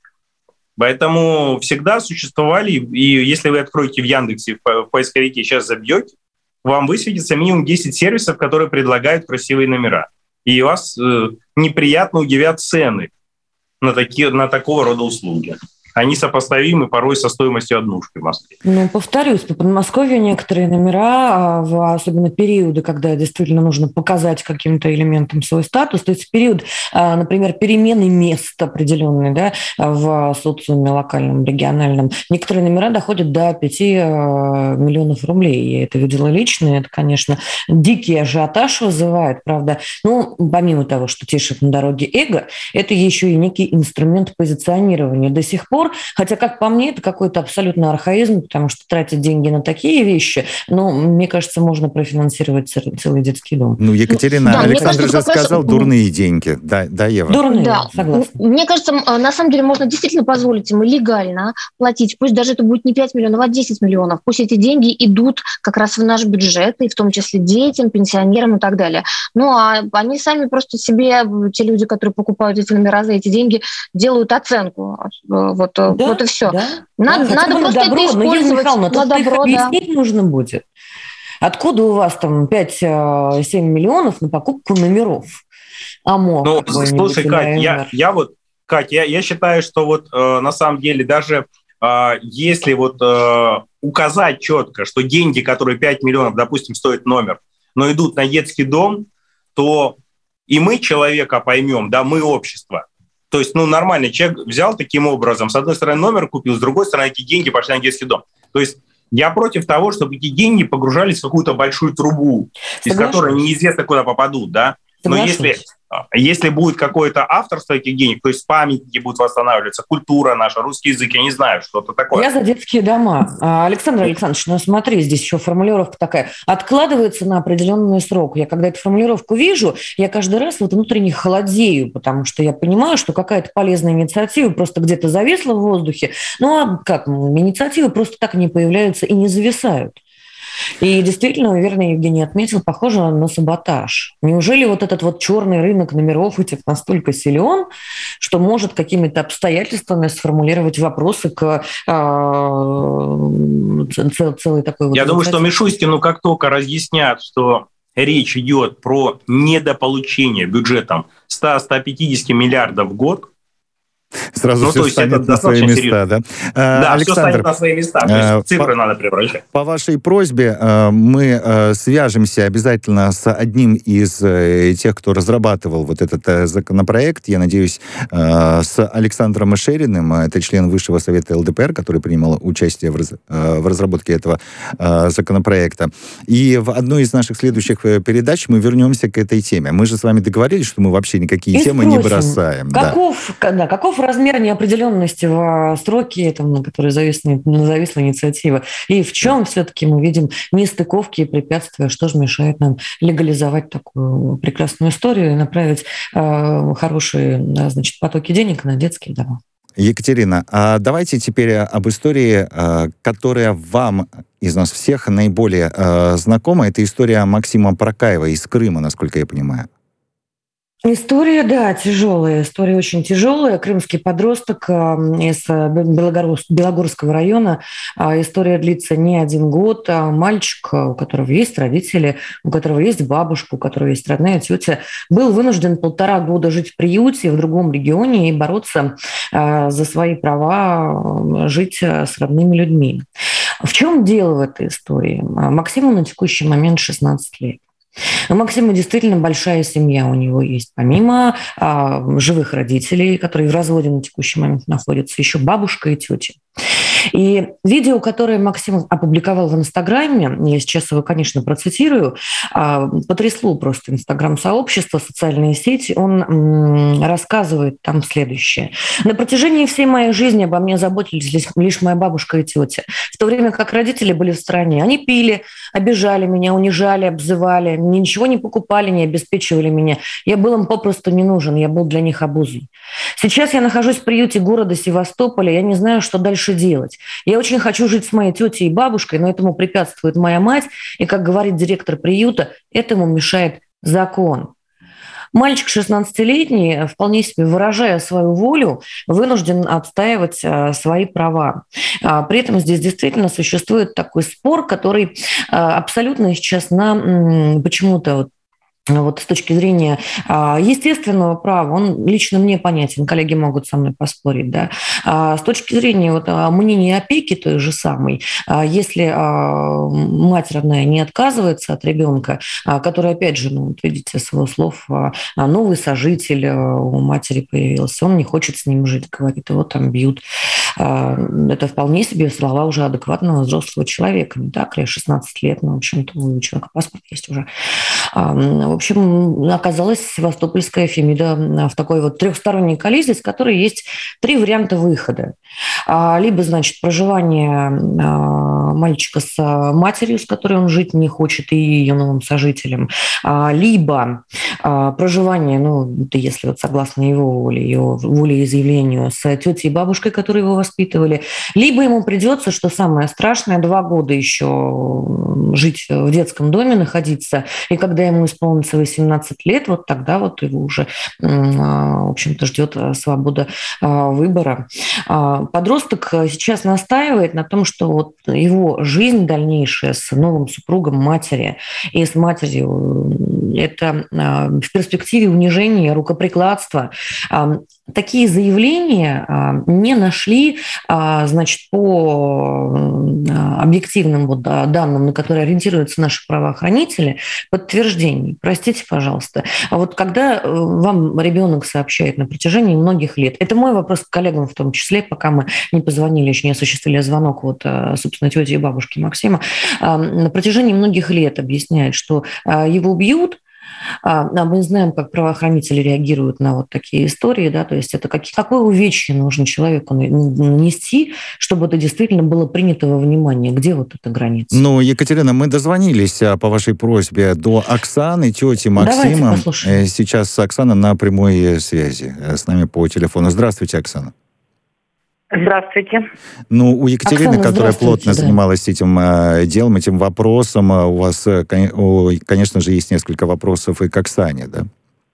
Поэтому всегда существовали, и если вы откроете в Яндексе, в поисковике сейчас забьете, вам высветится минимум 10 сервисов, которые предлагают красивые номера. И вас неприятно удивят цены на такого рода услуги. Они сопоставимы порой со стоимостью однушки в Москве. Ну, повторюсь, по Подмосковью некоторые номера, особенно периоды, когда действительно нужно показать каким-то элементом свой статус, то есть период, например, перемены мест определенной, да, в социуме локальном, региональном, некоторые номера доходят до 5 миллионов рублей. Я это видела лично, и это, конечно, дикий ажиотаж вызывает, правда. Ну, помимо того, что тешит на дороге эго, это еще и некий инструмент позиционирования. До сих пор, хотя, как по мне, это какой-то абсолютно архаизм, потому что тратить деньги на такие вещи, ну, мне кажется, можно профинансировать целый детский дом. Ну, Екатерина, да, Александр кажется, же сказал, дурные деньги. Да, Ева? Дурные, да, согласна. Мне кажется, на самом деле можно действительно позволить им легально платить, пусть даже это будет не 5 миллионов, а 10 миллионов. Пусть эти деньги идут как раз в наш бюджет, и в том числе детям, пенсионерам и так далее. Ну, а они сами просто себе, те люди, которые покупают эти номера за эти деньги, делают оценку. Вот и все. Да? Надо просто это использовать на добро. Объяснить нужно будет. Откуда у вас там 5-7 миллионов на покупку номеров? Ну, слушай, Кать, я считаю, что вот на самом деле даже если вот указать четко, что деньги, которые 5 миллионов, допустим, стоит номер, но идут на детский дом, то и мы человека поймем, да, мы общество. То есть, ну, нормальный человек взял таким образом, с одной стороны номер купил, с другой стороны эти деньги пошли на детский дом. То есть я против того, чтобы эти деньги погружались в какую-то большую трубу, из которой неизвестно куда попадут, да. Но если будет какое-то авторство этих денег, то есть памятники будут восстанавливаться, культура наша, русский язык, я не знаю, что-то такое. Я за детские дома. Александр Александрович, ну смотри, здесь еще формулировка такая. Откладывается на определенный срок. Я когда эту формулировку вижу, я каждый раз вот внутренне холодею, потому что я понимаю, что какая-то полезная инициатива просто где-то зависла в воздухе. Ну а как? Инициативы просто так не появляются и не зависают. И действительно, верно Евгений отметил, похоже на саботаж. Неужели вот этот вот черный рынок номеров этих настолько силен, что может какими-то обстоятельствами сформулировать вопросы к целой такой вот... Я думаю, что Мишустину как только разъяснят, что речь идет про недополучение бюджетом 100-150 миллиардов в год, сразу все станет на свои места, да? Да, Александр, все станет на свои места. То есть цифры надо превращать. По вашей просьбе мы свяжемся обязательно с одним из тех, кто разрабатывал вот этот законопроект. Я надеюсь, с Александром Мешериным, это член Высшего совета ЛДПР, который принимал участие в разработке этого законопроекта. И в одной из наших следующих передач мы вернемся к этой теме. Мы же с вами договорились, что мы вообще никакие темы не бросаем. Каков размер неопределенности в сроке, там, на который зависла инициатива, и в чем все-таки мы видим нестыковки и препятствия, что же мешает нам легализовать такую прекрасную историю и направить хорошие, значит, потоки денег на детские дома. Екатерина, а давайте теперь об истории, которая вам из нас всех наиболее знакома. Это история Максима Прокаева из Крыма, насколько я понимаю. История, да, тяжелая. История очень тяжелая. Крымский подросток из Белогорского района. История длится не 1 год. Мальчик, у которого есть родители, у которого есть бабушка, у которого есть родная тетя, был вынужден 1,5 года жить в приюте в другом регионе и бороться за свои права, жить с родными людьми. В чем дело в этой истории? Максиму на текущий момент 16 лет. У Максима действительно большая семья у него есть. Помимо живых родителей, которые в разводе на текущий момент находятся, еще бабушка и тетя. И видео, которое Максим опубликовал в Инстаграме, я сейчас его, конечно, процитирую, потрясло просто Инстаграм-сообщество, социальные сети. Он рассказывает там следующее. На протяжении всей моей жизни обо мне заботились лишь моя бабушка и тетя. В то время как родители были в стороне. Они пили, обижали меня, унижали, обзывали, ничего не покупали, не обеспечивали меня. Я был им попросту не нужен, я был для них обузой. Сейчас я нахожусь в приюте города Севастополя, я не знаю, что дальше делать. Я очень хочу жить с моей тетей и бабушкой, но этому препятствует моя мать, и, как говорит директор приюта, этому мешает закон. Мальчик 16-летний, вполне себе выражая свою волю, вынужден отстаивать свои права. При этом здесь действительно существует такой спор, который абсолютно сейчас почему-то вот с точки зрения естественного права, он лично мне понятен, коллеги могут со мной поспорить, да. С точки зрения мнения опеки той же самой, если мать родная не отказывается от ребенка, который, опять же, видите, с его слов, новый сожитель у матери появился, он не хочет с ним жить, говорит, его там бьют. Это вполне себе слова уже адекватного взрослого человека, не так ли? 16 лет, в общем-то, у человека паспорт есть уже. В общем, оказалась севастопольская Фемида в такой вот трехсторонней коллизии, с которой есть три варианта выхода. Либо, значит, проживание мальчика с матерью, с которой он жить не хочет, и ее новым сожителем, либо проживание, если вот согласно его воле, ее волеизъявлению, с тетей и бабушкой, которые его воспитывали, либо ему придется, что самое страшное, 2 года еще жить в детском доме, находиться, и когда ему исполнится 18 лет, вот тогда вот его уже, в общем-то, ждет свобода выбора. Подросток сейчас настаивает на том, что вот его жизнь дальнейшая с новым супругом матери и с матерью – это в перспективе унижения, рукоприкладства. Такие заявления не нашли, значит, по объективным данным, на которые ориентируются наши правоохранители, подтверждений. Простите, пожалуйста. А вот когда вам ребенок сообщает на протяжении многих лет, это мой вопрос к коллегам в том числе, пока мы не позвонили, еще не осуществили звонок собственно, тете и бабушке Максима, на протяжении многих лет объясняет, что его бьют. Мы знаем, как правоохранители реагируют на вот такие истории, да, то есть это какое увечье нужно человеку нанести, чтобы это действительно было принято во внимание, где вот эта граница? Екатерина, мы дозвонились по вашей просьбе до Оксаны, тети Максима. Сейчас Оксана на прямой связи с нами по телефону. Здравствуйте, Оксана. Здравствуйте. У Екатерины, Оксана, которая плотно занималась этим делом, этим вопросом, у вас, конечно же, есть несколько вопросов и к Оксане, да?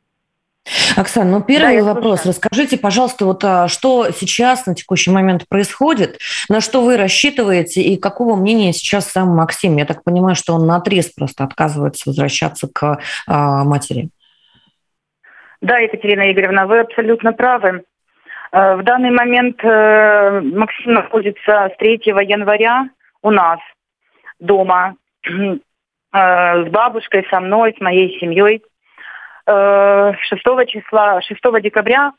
Оксана, первый вопрос. Расскажите, пожалуйста, что сейчас на текущий момент происходит, на что вы рассчитываете и какого мнения сейчас сам Максим? Я так понимаю, что он наотрез просто отказывается возвращаться к матери. Да, Екатерина Игоревна, вы абсолютно правы. В данный момент Максим находится с 3 января у нас дома с бабушкой, со мной, с моей семьей. 6 декабря,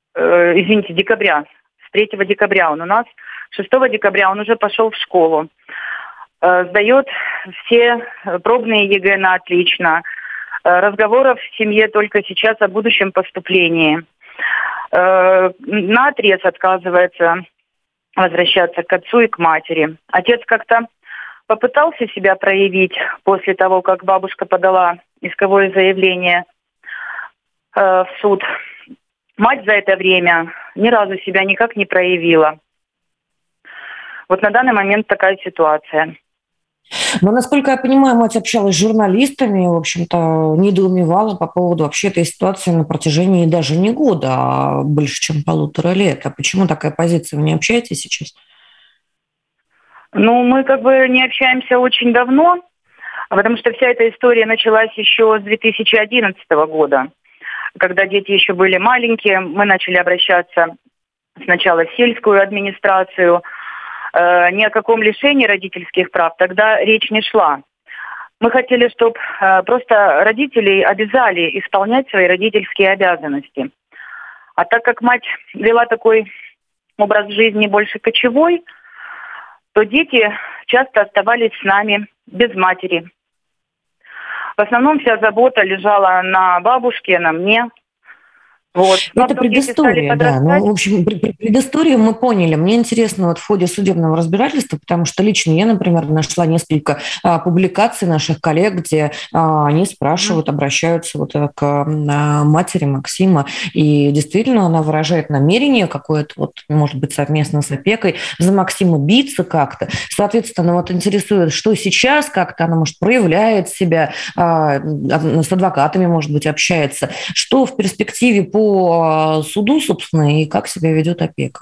с 3 декабря он у нас, 6 декабря он уже пошел в школу. Сдает все пробные ЕГЭ на отлично. Разговоров в семье только сейчас о будущем поступлении. Наотрез отказывается возвращаться к отцу и к матери. Отец как-то попытался себя проявить после того, как бабушка подала исковое заявление в суд. Мать за это время ни разу себя никак не проявила. Вот на данный момент такая ситуация. Но, насколько я понимаю, мать общалась с журналистами, в общем-то, недоумевала по поводу вообще этой ситуации на протяжении даже не года, а больше, чем 1,5 лет. А почему такая позиция? Вы не общаетесь сейчас? Мы не общаемся очень давно, потому что вся эта история началась еще с 2011 года, когда дети еще были маленькие. Мы начали обращаться сначала в сельскую администрацию. Ни о каком лишении родительских прав тогда речь не шла. Мы хотели, чтобы просто родителей обязали исполнять свои родительские обязанности. А так как мать вела такой образ жизни больше кочевой, то дети часто оставались с нами без матери. В основном вся забота лежала на бабушке, на мне. Вот. Это предыстория, да. Ну, в общем, предысторию мы поняли. Мне интересно вот в ходе судебного разбирательства, потому что лично я, например, нашла несколько публикаций наших коллег, где они спрашивают, обращаются вот к матери Максима, и действительно она выражает намерение какое-то, вот, может быть, совместно с опекой, за Максима биться как-то. Соответственно, вот интересует, что сейчас, как-то она, может, проявляет себя, с адвокатами, может быть, общается, что в перспективе по суду, собственно, и как себя ведет опека?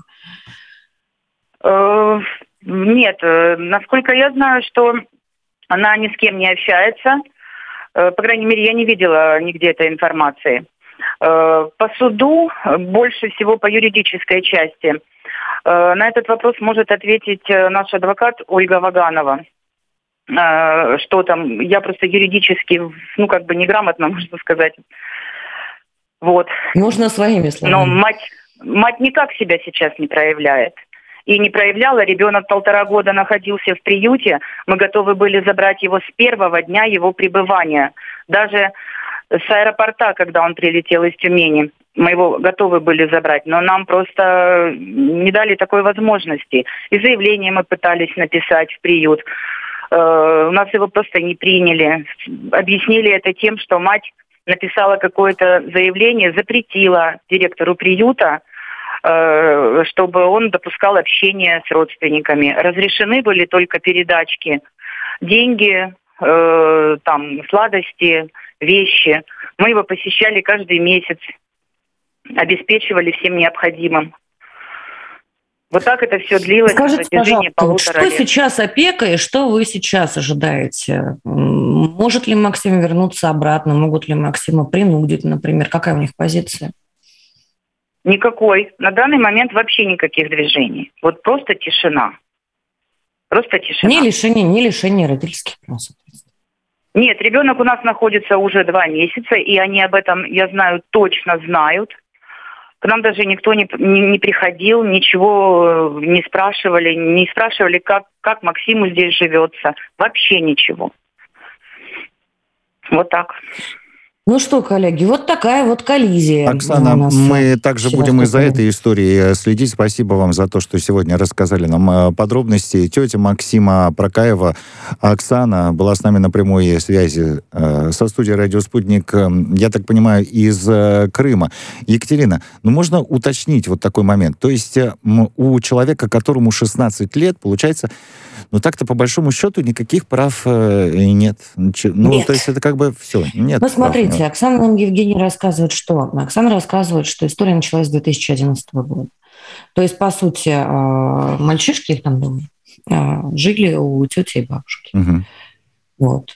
Нет, насколько я знаю, что она ни с кем не общается. По крайней мере, я не видела нигде этой информации. По суду, больше всего по юридической части, на этот вопрос может ответить наш адвокат Ольга Ваганова. Что там, я просто юридически, неграмотно, можно сказать. Вот. Можно своими словами. Но мать никак себя сейчас не проявляет. И не проявляла. Ребенок 1,5 года находился в приюте. Мы готовы были забрать его с первого дня его пребывания. Даже с аэропорта, когда он прилетел из Тюмени, мы его готовы были забрать. Но нам просто не дали такой возможности. И заявление мы пытались написать в приют. У нас его просто не приняли. Объяснили это тем, что мать написала какое-то заявление, запретила директору приюта, чтобы он допускал общение с родственниками. Разрешены были только передачки, деньги, сладости, вещи. Мы его посещали каждый месяц, обеспечивали всем необходимым. Вот так это все длилось. Скажите, на протяжении пожалуйста, 1,5 лет. Что сейчас опека и что вы сейчас ожидаете? Может ли Максим вернуться обратно? Могут ли Максима принудить, например? Какая у них позиция? Никакой. На данный момент вообще никаких движений. Вот просто тишина. Просто тишина. Не лишение родительских прав. Нет, ребенок у нас находится уже 2 месяца, и они об этом, я знаю, точно знают. К нам даже никто не приходил, ничего не спрашивали, как Максиму здесь живется. Вообще ничего. Вот так. Ну что, коллеги, вот такая вот коллизия. Оксана, мы также будем и за этой историей следить. Спасибо вам за то, что сегодня рассказали нам подробности. Тетя Максима Прокаева Оксана была с нами на прямой связи со студией «Радио Спутник», я так понимаю, из Крыма. Екатерина, можно уточнить вот такой момент? То есть у человека, которому 16 лет, получается, так-то по большому счету никаких прав нет. Нет. То есть это как бы все. Нет. Смотрите, Оксана нам Евгения рассказывает, что? Оксана рассказывает, что история началась с 2011 года. То есть, по сути, мальчишки их там дома жили у тети и бабушки. Угу. Вот.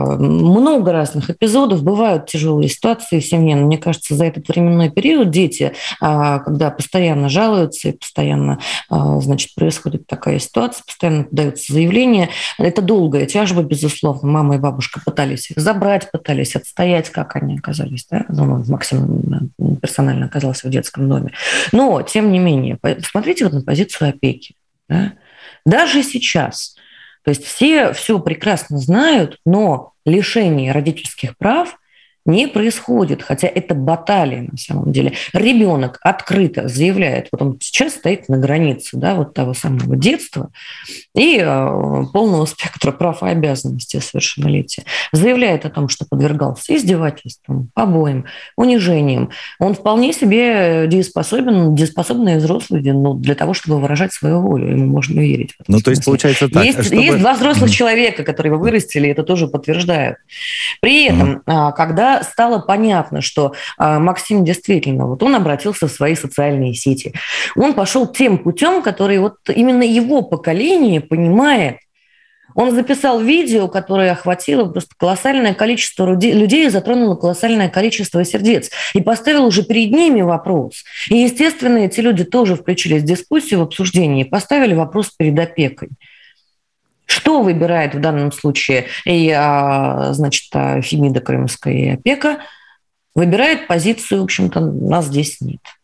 Много разных эпизодов, бывают тяжелые ситуации в семье, но мне кажется, за этот временной период дети, когда постоянно жалуются и постоянно, происходит такая ситуация, постоянно подаются заявления, это долгая тяжба, безусловно. Мама и бабушка пытались их забрать, пытались отстоять, как они оказались, да? Максим персонально оказался в детском доме. Но, тем не менее, посмотрите вот на позицию опеки. Да? Даже сейчас. То есть все прекрасно знают, но лишение родительских прав не происходит, хотя это баталия на самом деле. Ребенок открыто заявляет, вот он сейчас стоит на границе, да, вот того самого детства и полного спектра прав и обязанностей совершеннолетия. Заявляет о том, что подвергался издевательствам, побоям, унижениям. Он вполне себе дееспособный взрослый для того, чтобы выражать свою волю. Ему можно верить. То есть получается так. Есть 2 взрослых человека, которые его вырастили, это тоже подтверждают. При этом, когда стало понятно, что Максим действительно, вот он обратился в свои социальные сети. Он пошел тем путем, который вот именно его поколение понимает. Он записал видео, которое охватило просто колоссальное количество людей, затронуло колоссальное количество сердец. И поставил уже перед ними вопрос. И, естественно, эти люди тоже включились в дискуссию, в обсуждение и поставили вопрос перед опекой. Что выбирает в данном случае и, Фемида Крымская и опека? Выбирает позицию, в общем-то, нас здесь нет.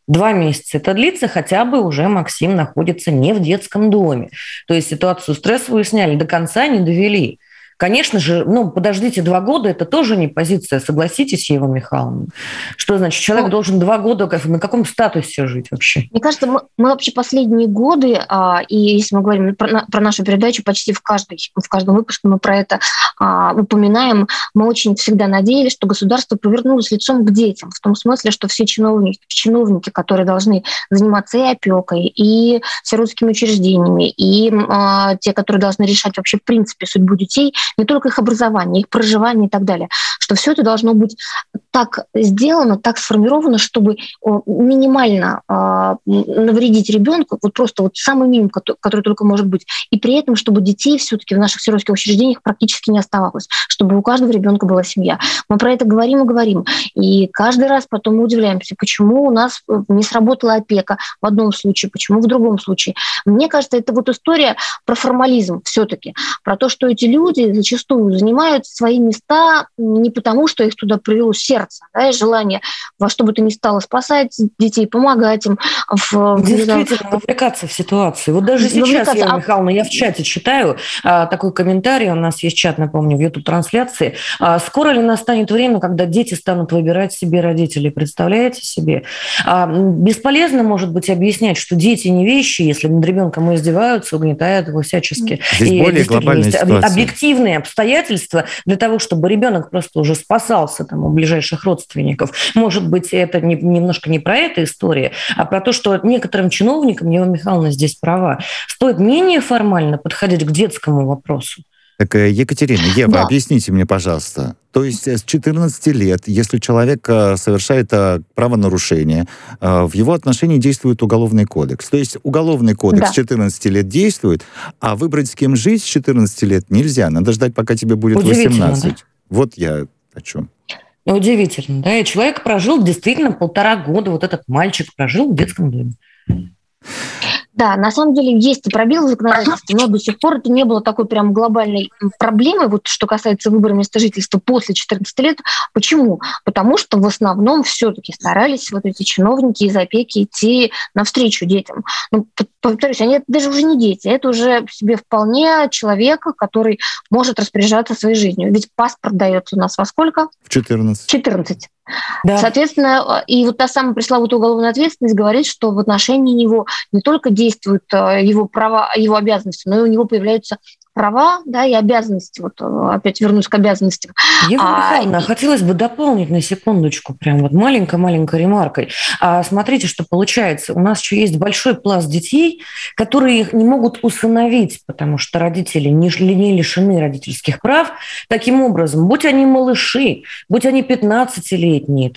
2 месяца это длится, хотя бы уже Максим находится не в детском доме. То есть ситуацию стрессовую сняли, до конца не довели. Конечно же, подождите 2 года, это тоже не позиция, согласитесь, Ева Михайловна. Что значит, человек должен 2 года, на каком статусе жить вообще? Мне кажется, мы вообще последние годы, и если мы говорим про нашу передачу, почти в каждом выпуске мы про это упоминаем, мы очень всегда надеялись, что государство повернулось лицом к детям, в том смысле, что все чиновники, которые должны заниматься и опекой, и сиротскими учреждениями, и те, которые должны решать вообще в принципе судьбу детей, не только их образование, их проживание и так далее, что все это должно быть так сделано, так сформировано, чтобы минимально навредить ребенку, просто самый минимум, который только может быть, и при этом, чтобы детей все-таки в наших сиротских учреждениях практически не оставалось, чтобы у каждого ребенка была семья. Мы про это говорим и говорим, и каждый раз потом мы удивляемся, почему у нас не сработала опека в одном случае, почему в другом случае. Мне кажется, это история про формализм все-таки, про то, что эти люди зачастую занимают свои места не потому, что их туда привело сердце, и желание во что бы то ни стало спасать детей, помогать им. Действительно, вовлекаться в ситуацию. Вот даже сейчас, Ева Михайловна, я в чате читаю такой комментарий, у нас есть чат, напомню, в YouTube-трансляции. Скоро ли настанет время, когда дети станут выбирать себе родителей? Представляете себе? Бесполезно, может быть, объяснять, что дети не вещи, если над ребенком издеваются, угнетают его всячески. Здесь и более глобальная ситуация. Объективные обстоятельства для того, чтобы ребенок просто уже спасался у ближайших родственников. Может быть, это немножко не про эту историю, а про то, что некоторым чиновникам, Ева Михайловна здесь права, стоит менее формально подходить к детскому вопросу. Так, Екатерина, Ева, объясните мне, пожалуйста. То есть с 14 лет, если человек совершает правонарушение, в его отношении действует Уголовный кодекс. То есть Уголовный кодекс с 14 лет действует, а выбрать, с кем жить с 14 лет нельзя. Надо ждать, пока тебе будет 18. Да? Вот я о чем. Удивительно, да? И человек прожил действительно 1,5 года, этот мальчик прожил в детском доме. Да, на самом деле есть и пробел в законодательстве, но до сих пор это не было такой прям глобальной проблемой, что касается выбора места жительства после 14 лет. Почему? Потому что в основном все-таки старались эти чиновники из опеки идти навстречу детям. Повторюсь, они даже уже не дети, это уже себе вполне человек, который может распоряжаться своей жизнью. Ведь паспорт дается у нас во сколько? В 14. 14. Да. Соответственно, и та самая пресловутая уголовная ответственность говорит, что в отношении него не только действуют его права, его обязанности, но и у него появляются права, и обязанности. Опять вернусь к обязанностям. Ева Михайловна, хотелось бы дополнить на секундочку, прям маленькой-маленькой ремаркой. Смотрите, что получается. У нас еще есть большой пласт детей, которые их не могут усыновить, потому что родители не лишены родительских прав. Таким образом, будь они малыши, будь они 15-летние,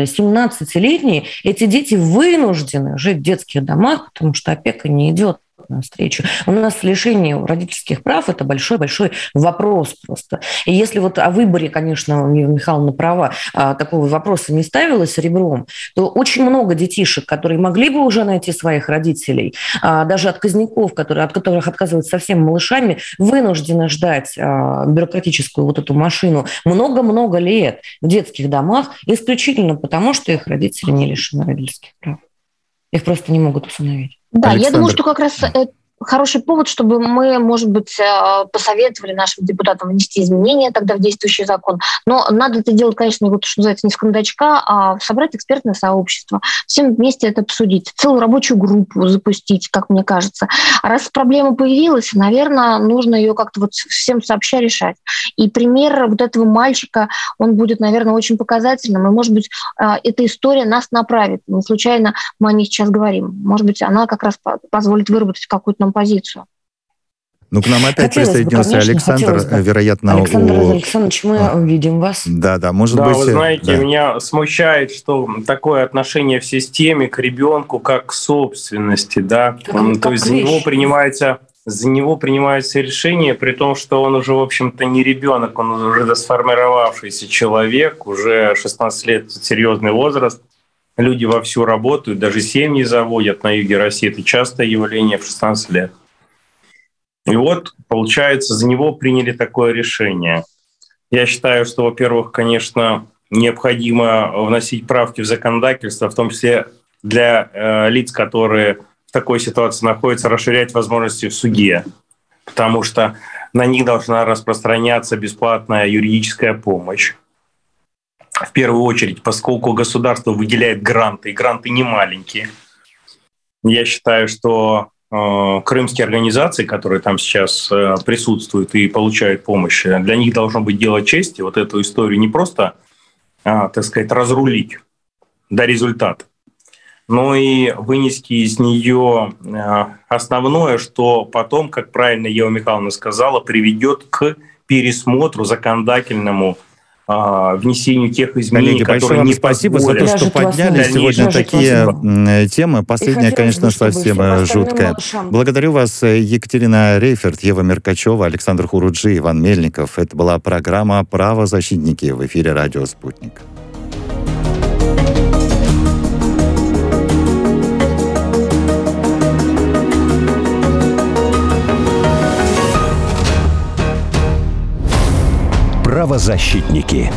17-летние, эти дети вынуждены жить в детских домах, потому что опека не идет навстречу. У нас лишение родительских прав – это большой-большой вопрос просто. И если о выборе, конечно, Ева Михайловна права, такого вопроса не ставилось ребром, то очень много детишек, которые могли бы уже найти своих родителей, даже отказников, от которых отказывают совсем малышами, вынуждены ждать бюрократическую эту машину много-много лет в детских домах, исключительно потому, что их родители не лишены родительских прав. Их просто не могут усыновить. Да, Александр. Я думаю, что как раз хороший повод, чтобы мы, может быть, посоветовали нашим депутатам внести изменения тогда в действующий закон. Но надо это делать, конечно, что называется, не с кондачка, а собрать экспертное сообщество, всем вместе это обсудить, целую рабочую группу запустить, как мне кажется. А раз проблема появилась, наверное, нужно ее как-то всем сообща решать. И пример этого мальчика, он будет, наверное, очень показательным. И, может быть, эта история нас направит. Не случайно мы о ней сейчас говорим. Может быть, она как раз позволит выработать какую-то позицию. К нам опять присоединился Александр, вероятно... Александр Александрович, мы видим вас. Да, может быть... Вы знаете, меня смущает, что такое отношение в системе к ребенку как к собственности, да? То есть за него принимается решение, при том, что он уже, в общем-то, не ребенок, он уже сформировавшийся человек, уже 16 лет — серьезный возраст. Люди вовсю работают, даже семьи заводят на юге России. Это частое явление в 16 лет. И получается, за него приняли такое решение. Я считаю, что, во-первых, конечно, необходимо вносить правки в законодательство, в том числе для лиц, которые в такой ситуации находятся, расширять возможности в суде, потому что на них должна распространяться бесплатная юридическая помощь. В первую очередь, поскольку государство выделяет гранты, и гранты не маленькие. Я считаю, что крымские организации, которые там сейчас присутствуют и получают помощь, для них должно быть дело чести вот эту историю не просто, так сказать, разрулить до результата, но и вынести из нее основное, что потом, как правильно Ева Михайловна сказала, приведет к пересмотру законодательному, внесению тех изменений, коллеги, которые не спасибо за то, что подняли сегодня такие темы. Последняя, конечно, совсем жуткая. Благодарю вас, Екатерина Рейферт, Ева Меркачева, Александр Хуруджи, Иван Мельников. Это была программа «Правозащитники» в эфире «Радио Спутник». Правозащитники.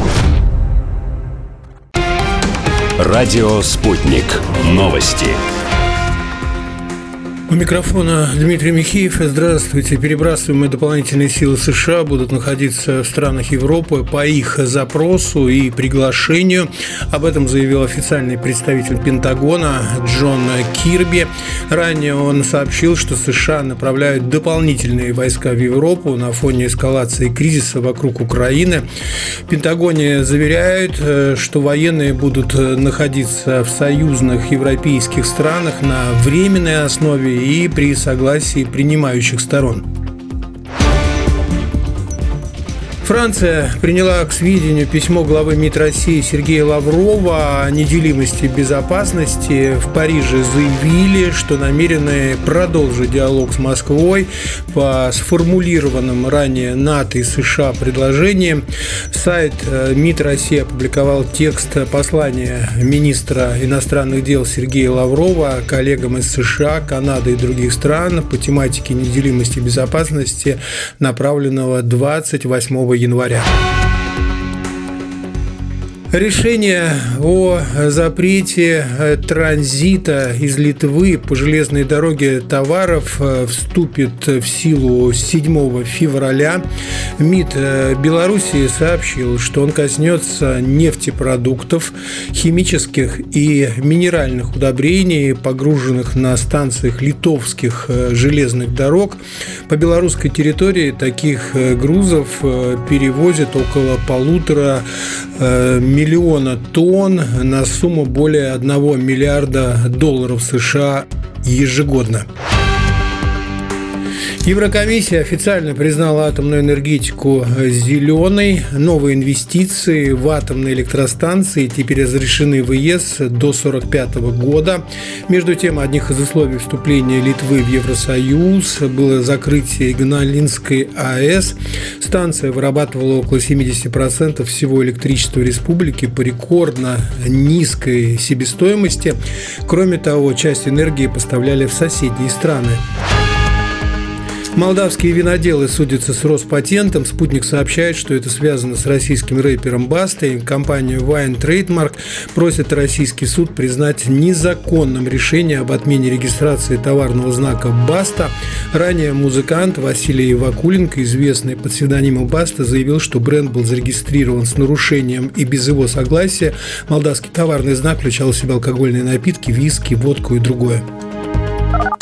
Радио «Спутник». Новости. У микрофона Дмитрий Михеев. Здравствуйте. Перебрасываемые дополнительные силы США будут находиться в странах Европы по их запросу и приглашению. Об этом заявил официальный представитель Пентагона Джон Кирби. Ранее он сообщил, что США направляют дополнительные войска в Европу на фоне эскалации кризиса вокруг Украины. В Пентагоне заверяют, что военные будут находиться в союзных европейских странах на временной основе и при согласии принимающих сторон. Франция приняла к сведению письмо главы МИД России Сергея Лаврова о неделимости безопасности. В Париже заявили, что намерены продолжить диалог с Москвой по сформулированным ранее НАТО и США предложениям. Сайт МИД России опубликовал текст послания министра иностранных дел Сергея Лаврова коллегам из США, Канады и других стран по тематике неделимости безопасности, направленного 28 января. Решение о запрете транзита из Литвы по железной дороге товаров вступит в силу 7 февраля. МИД Белоруссии сообщил, что он коснется нефтепродуктов, химических и минеральных удобрений, погруженных на станциях литовских железных дорог. По белорусской территории таких грузов перевозят около 1,5 миллиона тонн на сумму более $1 миллиарда США ежегодно. Еврокомиссия официально признала атомную энергетику зеленой. Новые инвестиции в атомные электростанции теперь разрешены в ЕС до 1945 года. Между тем, одних из условий вступления Литвы в Евросоюз было закрытие Игналинской АЭС. Станция вырабатывала около 70% всего электричества республики по рекордно низкой себестоимости. Кроме того, часть энергии поставляли в соседние страны. Молдавские виноделы судятся с Роспатентом. «Спутник» сообщает, что это связано с российским рэпером Бастой. Компания Wine Trademark просит российский суд признать незаконным решение об отмене регистрации товарного знака «Баста». Ранее музыкант Василий Вакуленко, известный под псевдонимом Баста, заявил, что бренд был зарегистрирован с нарушением и без его согласия. Молдавский товарный знак включал в себя алкогольные напитки, виски, водку и другое.